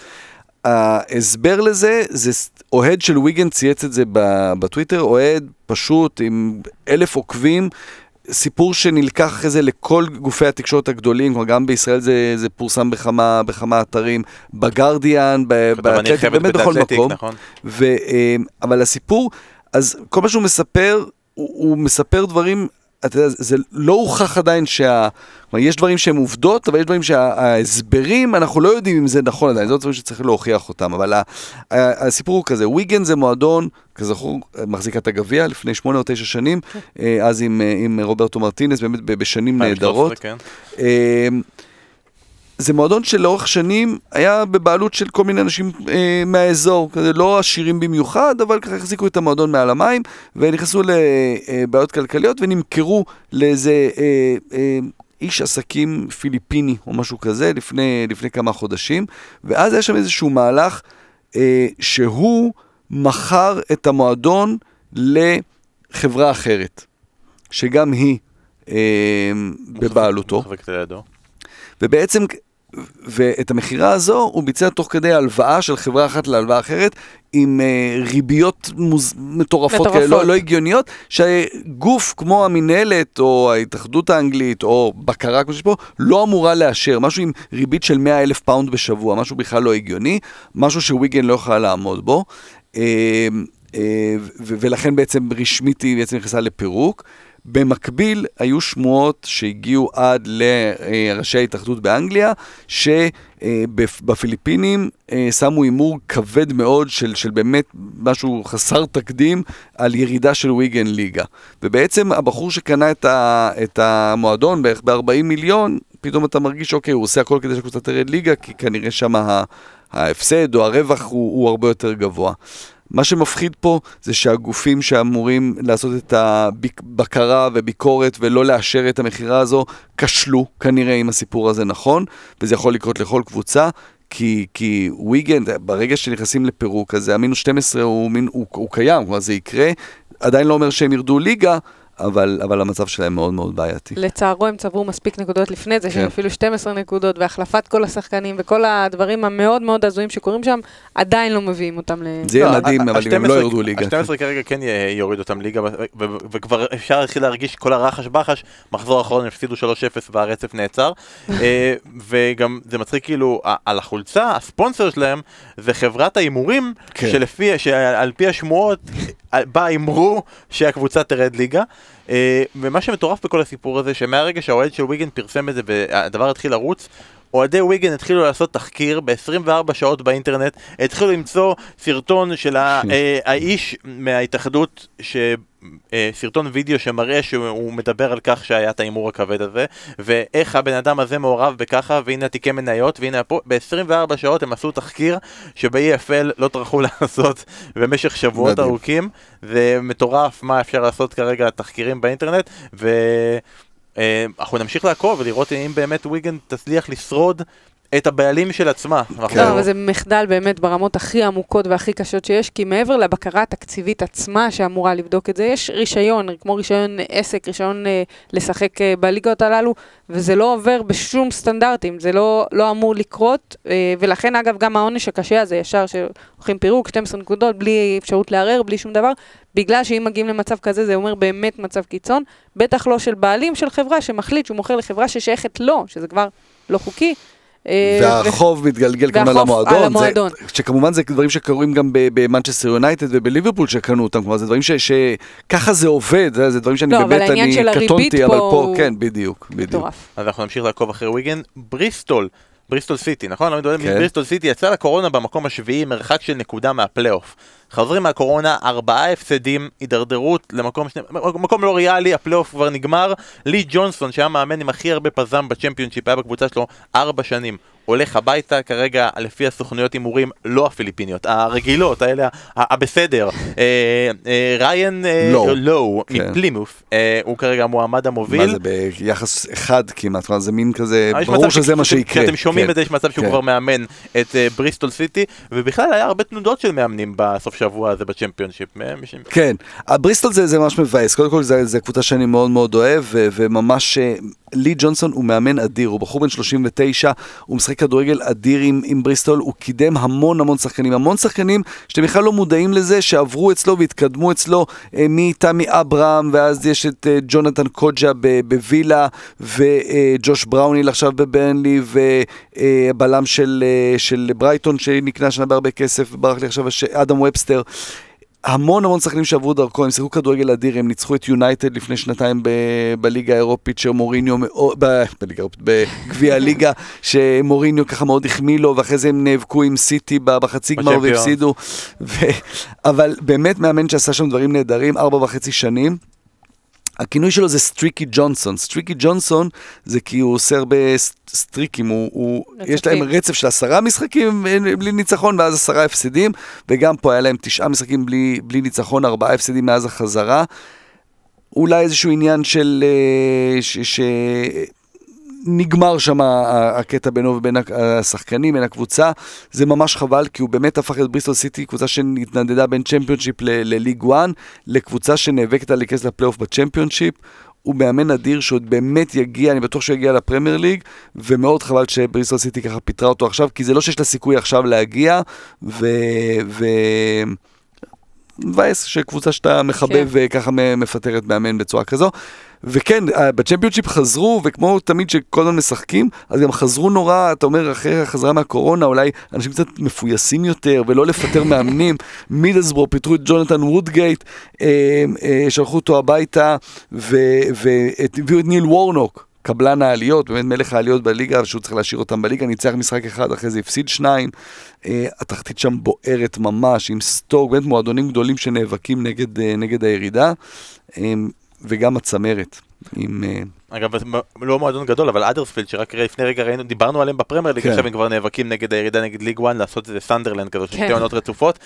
ההסבר לזה, זה אוהד של וויגן צייץ את זה בטוויטר, אוהד פשוט עם אלף עוקבים, סיפור שנלקח אחרי זה לכל גופי התקשורת הגדולים, כבר גם בישראל זה, זה פורסם בכמה, בכמה אתרים, בגרדיאן, באתלטיק, באמת בכל מקום. נכון. ו, אבל הסיפור, אז כל מה שהוא מספר, הוא, הוא מספר דברים, אתה יודע, זה לא הוכח עדיין שה... יש דברים שהם עובדות, אבל יש דברים שההסברים, אנחנו לא יודעים אם זה נכון עדיין, זה דברים שצריך להוכיח אותם, אבל הסיפור הוא כזה, וויגן זה מועדון, כזכור, מחזיקה את הגביע לפני שמונה או תשע שנים, אז עם, עם רוברטו מרטינס, באמת בשנים נהדרות. זה מועדון שלאורך שנים היה בבעלות של כל מיני אנשים אה, מהאזור, כזה לא עשירים במיוחד, אבל ככה החזיקו את המועדון מעל המים, ונכנסו לבעיות כלכליות, ונמכרו לאיזה אה, אה, איש עסקים פיליפיני, או משהו כזה, לפני, לפני כמה חודשים, ואז היה שם איזשהו מהלך, אה, שהוא מכר את המועדון לחברה אחרת, שגם היא אה, בבעלותו. מחזקת לידו. ובעצם, ואת המחירה הזו הוא ביצע תוך כדי הלוואה של חברה אחת להלוואה אחרת, עם uh, ריביות מוז... מטורפות, מטורפות. כאלה, לא, לא הגיוניות, שגוף כמו המנהלת, או ההתאחדות האנגלית, או בקרה כמו שפה, לא אמורה לאשר, משהו עם ריבית של מאה אלף פאונד בשבוע, משהו בכלל לא הגיוני, משהו שוויגן לא יכולה לעמוד בו, uh, uh, ו- ולכן בעצם רשמית היא בעצם נכנסה לפירוק, במקביל היו שמועות שהגיעו עד לראשי ההתאחדות באנגליה, שבפיליפינים שמו אימור כבד מאוד של, של באמת משהו חסר תקדים על ירידה של וויגן ליגה. ובעצם הבחור שקנה את, ה, את המועדון בערך ב-ארבעים מיליון, פתאום אתה מרגיש, אוקיי, הוא עושה הכל כדי שהקבוצה תרד ליגה, כי כנראה שם ההפסד או הרווח הוא, הוא הרבה יותר גבוה. מה שמפחיד פה זה שהגופים שאמורים לעשות את הבקרה וביקורת ולא לאשר את המחירה הזו, כשלו כנראה אם הסיפור הזה נכון, וזה יכול לקרות לכל קבוצה, כי, כי וויגן, ברגע שנכנסים לפירוק, אז המינוס שתים עשרה הוא, הוא, הוא, הוא קיים, כלומר זה יקרה, עדיין לא אומר שהם ירדו ליגה, אבל, אבל המצב שלהם מאוד מאוד בעייתי. לצערו הם צברו מספיק נקודות לפני זה, שהם אפילו שתים עשרה נקודות, והחלפת כל השחקנים, וכל הדברים המאוד מאוד הזויים שקורים שם, עדיין לא מביאים אותם ל... זה יהיה מדהים, אבל הם לא ירדו ליגה. ה-שתים עשרה כרגע כן יוריד אותם ליגה, וכבר אפשר להתחיל להרגיש כל הרחש בחש, מחזור האחרון הפסידו שלוש אפס והרצף נעצר, וגם זה מצחיק כאילו, על החולצה, הספונסר שלהם, זה חברת ההימורים, שעל פי השמועות, בה הימרו שהקבוצה תרד ליגה, ומה שמטורף בכל הסיפור הזה, שמהרגע שהאוהד של וויגן פרסם את זה והדבר התחיל לרוץ, אוהדי וויגן התחילו לעשות תחקיר ב-עשרים וארבע שעות באינטרנט, התחילו למצוא סרטון של האיש מההתאחדות, סרטון וידאו שמראה שהוא מדבר על כך שהיה את האימור הכבד הזה, ואיך הבן אדם הזה מעורב בככה, והנה תיקי מניות, והנה פה, ב-עשרים וארבע שעות הם עשו תחקיר שב-אי אף אל לא טרחו לעשות במשך שבועות ארוכים, זה מטורף מה אפשר לעשות כרגע תחקירים באינטרנט, ו... אנחנו נמשיך לעקוב ולראות אם באמת וויגן תצליח לשרוד את הבעלים של עצמה. לא, אבל זה מחדל באמת ברמות הכי עמוקות והכי קשות שיש, כי מעבר לבקרה התקציבית עצמה שאמורה לבדוק את זה, יש רישיון, כמו רישיון עסק, רישיון לשחק בליגות הללו, וזה לא עובר בשום סטנדרטים, זה לא, לא אמור לקרות, ולכן אגב גם העונש הקשה הזה ישר שהולכים פירוק, שתים עשרה נקודות, בלי אפשרות לערער, בלי שום דבר, בגלל שאם מגיעים למצב כזה, זה אומר באמת מצב קיצון, בטח לא של בעלים של חברה שמחליט שהוא מוכר לחברה ששייכת לו, שזה כבר לא חוקי. והחוב מתגלגל כמובן למועדון, שכמובן זה דברים שקורים גם במנצ'סטר יונייטד ובליברפול שקנו אותם, כלומר זה דברים שככה זה עובד, זה דברים שאני באמת אני קטונתי, אבל פה כן, בדיוק, בדיוק. אז אנחנו נמשיך לעקוב אחרי וויגן. בריסטול, בריסטול סיטי, נכון? לא מדברים, בריסטול סיטי יצא לקורונה במקום השביעי, מרחק של נקודה מהפלייאוף. חוזרים מהקורונה, ארבעה הפסדים, הידרדרות למקום שני, מקום לא ריאלי, הפלייאוף כבר נגמר. לי ג'ונסון, שהיה מאמן עם הכי הרבה פזם בצ'מפיונשיפ, היה בקבוצה שלו ארבע שנים, הולך הביתה כרגע לפי הסוכנויות הימורים, לא הפיליפיניות, הרגילות, האלה, הבסדר. ריין לואו מפלימוף, הוא כרגע המועמד המוביל. מה זה ביחס אחד כמעט, זה מין כזה, ברור שזה מה שיקרה. כשאתם שומעים את זה, יש מצב שהוא כבר מאמן את בריסטול סיטי, ובכלל היה הרבה תנודות של מאמנים בסוף שבוע הזה בצ'מפיונשיפ. כן, הבריסטול זה ממש מבאס, קודם כל זה קבוצה שאני מאוד מאוד אוהב, וממש לי ג'ונסון הוא מאמן אדיר, הוא בחור בן שלושים ותשע, הוא משחק כדורגל אדיר עם, עם בריסטול, הוא קידם המון המון שחקנים, המון שחקנים שאתם בכלל לא מודעים לזה, שעברו אצלו והתקדמו אצלו, מתמי אברהם, ואז יש את ג'ונתן קוג'ה בווילה, וג'וש בראוניל עכשיו בברנלי, ובלם של, של ברייטון שנקנה שנה בהרבה כסף, וברח לי עכשיו אדם ובסטר, המון המון שחקנים שעברו דרכו, הם שיחקו כדורגל אדיר, הם ניצחו את יונייטד לפני שנתיים ב- בליגה האירופית, שמוריניו, ב- בגביע הליגה, שמוריניו ככה מאוד החמיא לו, ואחרי זה הם נאבקו עם סיטי בחצי גמר והפסידו, ו- אבל באמת מאמן שעשה שם דברים נהדרים, ארבע וחצי שנים, הכינוי שלו זה סטריקי ג'ונסון. סטריקי ג'ונסון זה כי הוא עושה הרבה סטריקים, הוא, הוא, יש להם רצף של עשרה משחקים בלי ניצחון ואז עשרה הפסדים, וגם פה היה להם תשעה משחקים בלי, בלי ניצחון, ארבעה הפסדים מאז החזרה. אולי איזשהו עניין של... ש, ש, נגמר שם הקטע בינו ובין השחקנים, בין הקבוצה, זה ממש חבל, כי הוא באמת הפך את בריסטול סיטי, קבוצה שנתנדדה בין צ'מפיונשיפ לליג וואן, לקבוצה שנאבקת על להיכנס לפלייאוף בצ'מפיונשיפ, הוא מאמן אדיר שעוד באמת יגיע, אני בטוח שהוא יגיע לפרמייר ליג, ומאוד חבל שבריסטול סיטי ככה פיתרה אותו עכשיו, כי זה לא שיש לה סיכוי עכשיו להגיע, ו... ו... מבאס שקבוצה שאתה מחבב וככה מפטרת מאמן בצורה כזו. וכן, בצ'מפיונשיפ חזרו, וכמו תמיד שכל הזמן משחקים, אז גם חזרו נורא, אתה אומר, אחרי החזרה מהקורונה, אולי אנשים קצת מפויסים יותר, ולא לפטר מאמנים. מידלסבורו פיטרו את ג'ונתן וודגייט, שלחו אותו הביתה, והביאו את ניל וורנוק, קבלן העליות, באמת מלך העליות בליגה, שהוא צריך להשאיר אותם בליגה, ניצח משחק אחד, אחרי זה הפסיד שניים, התחתית שם בוערת ממש, עם סטוק, באמת מועדונים גדולים שנאבקים נגד, נגד הירידה, וגם הצמרת. עם, אגב, זה לא מועדון גדול, אבל אדרספילד, שרק לפני רגע ראינו, דיברנו עליהם בפרמייר ליג, עכשיו הם כבר נאבקים נגד הירידה נגד ליג וואן, לעשות איזה סנדרלנד כזו, שתי עונות רצופות.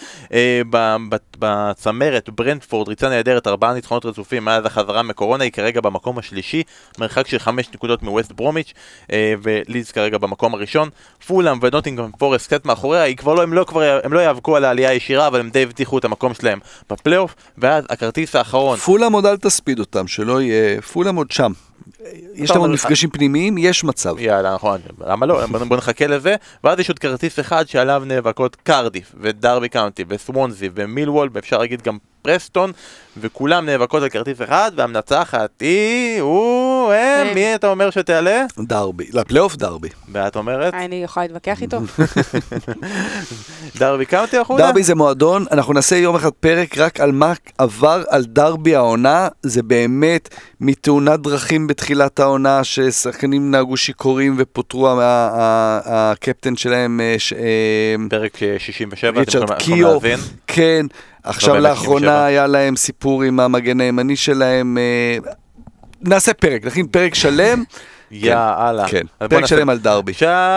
בצמרת, ברנטפורד, ריצה נהדרת, ארבעה ניצחונות רצופים, מאז החזרה מקורונה, היא כרגע במקום השלישי, מרחק של חמש נקודות מווסט ברומיץ', ולידס כרגע במקום הראשון. פולאם ונוטינגהאם פורסט קצת מאחוריה, היא כבר לא, הם לא, כבר, הם לא יאבקו על העלייה הישירה, אבל הם די הבטיחו את המקום שלהם בפלייאוף, ואז הכרטיס האחרון. פולאם עוד אל תספיד אותם, שלא יהיה, פולאם עוד שם. יש להם עוד מפגשים פנימיים, יש מצב. יאללה, נכון, למה לא? בוא נחכה לזה, ואז יש עוד כרטיס אחד שעליו נאבקות קרדיף, ודרבי קאונטי, וסוונזי, ומילוול, ואפשר להגיד גם פרסטון, וכולם נאבקות על כרטיס אחד, והמנצחת היא, הוא, הם, מי אתה אומר שתעלה? דרבי, לפלייאוף דרבי. ואת אומרת? אני יכולה להתווכח איתו. דרבי קאונטי אחרונה? דרבי זה מועדון, אנחנו נעשה יום אחד פרק רק על מה עבר על דרבי העונה, זה באמת מתאונת דרכים בתחילת העונה, ששחקנים נהגו שיכורים ופוטרו הקפטן שלהם. פרק שישים ושבע, ריצ'רד קיו, כן. עכשיו לאחרונה היה להם סיפור עם המגן הימני שלהם, נעשה פרק, נכין פרק שלם, יאללה. כן, פרק שלם על דרבי.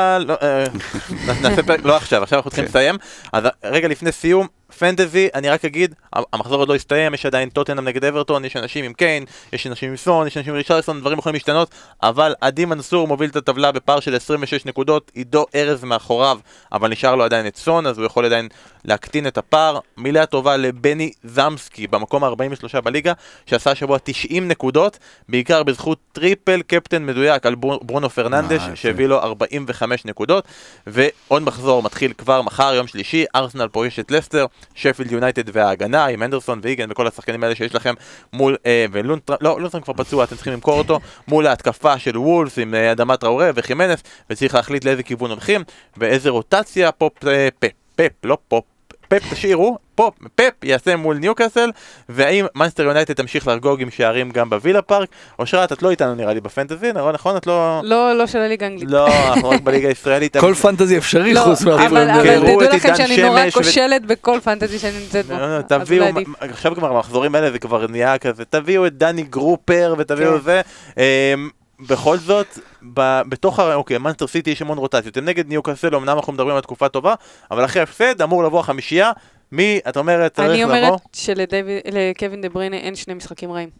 נעשה פרק, לא עכשיו, עכשיו אנחנו צריכים לסיים, אז רגע לפני סיום, פנטזי, אני רק אגיד, המחזור עוד לא הסתיים, יש עדיין טוטנהאם נגד אברטון, יש אנשים עם קיין, יש אנשים עם סון, יש אנשים עם ריצ'רליסון, דברים יכולים להשתנות, אבל עדי מנסור מוביל את הטבלה בפער של עשרים ושש נקודות, עידו ארז מאחוריו, אבל נשאר לו עדיין את סון, אז הוא יכול עדיין להקטין את הפער. מילה טובה לבני זמסקי, במקום ה-ארבעים ושלוש בליגה, שעשה שבוע תשעים נקודות, בעיקר בזכות טריפל קפטן מדויק על ברונו פרננדש, שהביא לו ארבעים וחמש נקודות, ועוד מחזור מתחיל כבר מחר, יום שלישי, ארסנל פוגש את לסטר, שפילד יונייטד וההגנה עם אנדרסון ואיגן וכל השחקנים האלה שיש לכם מול, אה, ולונטרם, לא, לונטרם כבר פצוע, אתם צריכים למכור אותו, מול ההתקפה של וולס עם אה, אדמה טראורה וחימנס, וצריך להחליט לאיזה כיוון הולכים, ואיזה רוטציה, פופ, אה, פפ, פפ, לא פופ, פפ תשאירו, פופ, פפ יעשה מול ניוקאסל, והאם מנסטר יונייטד תמשיך לחגוג עם שערים גם בווילה פארק, או שרת, את לא איתנו נראה לי בפנטזי, נכון? את לא... לא, לא של הליגה האנגלית. לא, אנחנו רק בליגה הישראלית. כל פנטזי אפשרי חוץ מהפלייאוף. אבל תדעו לכם שאני נורא כושלת בכל פנטזי שאני נמצאת בו. תביאו, עכשיו כבר המחזורים האלה זה כבר נהיה כזה, תביאו את דני גרופר ותביאו זה. בכל זאת, בתוך, אוקיי, מנסטר סיטי יש המון רוטציות, הם נגד ניוקאסל, אמנם אנחנו מדברים על תקופה טובה, אבל אחרי הפסד אמור לבוא החמישייה, מי, את אומרת, צריך לבוא? אני אומרת שלקווין דה בריינה אין שני משחקים רעים.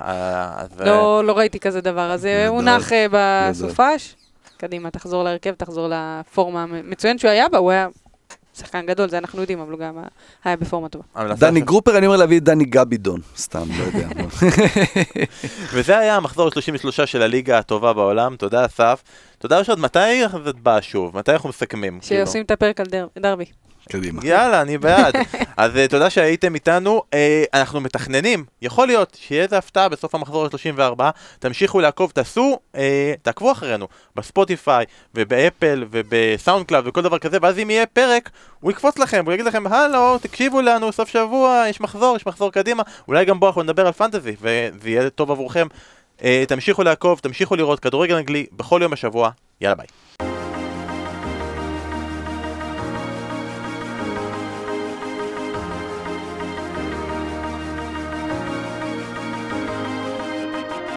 לא ראיתי כזה דבר, אז הוא נח בסופש, קדימה, תחזור להרכב, תחזור לפורמה מצוין שהוא היה בה, הוא היה שחקן גדול, זה אנחנו יודעים, אבל הוא גם היה בפורמה טובה. דני גרופר, אני אומר להביא את דני גבידון, סתם, לא יודע. וזה היה המחזור שלושים ושלוש של הליגה הטובה בעולם, תודה אסף. תודה ראשון, מתי זה בא שוב? מתי אנחנו מסכמים? שעושים את הפרק על דרבי. קדימה. יאללה, אני בעד. אז תודה שהייתם איתנו, אנחנו מתכננים, יכול להיות שיהיה איזה הפתעה בסוף המחזור ה-שלושים וארבע, תמשיכו לעקוב, תעשו, תעקבו אחרינו, בספוטיפיי ובאפל ובסאונד קלאב וכל דבר כזה, ואז אם יהיה פרק, הוא יקפוץ לכם, הוא יגיד לכם, הלו, תקשיבו לנו, סוף שבוע, יש מחזור, יש מחזור קדימה, אולי גם בו אנחנו נדבר על פנטזי, וזה יהיה טוב עבורכם. תמשיכו לעקוב, תמשיכו לראות כדורגל אנגלי בכל יום השבוע, יאללה ביי.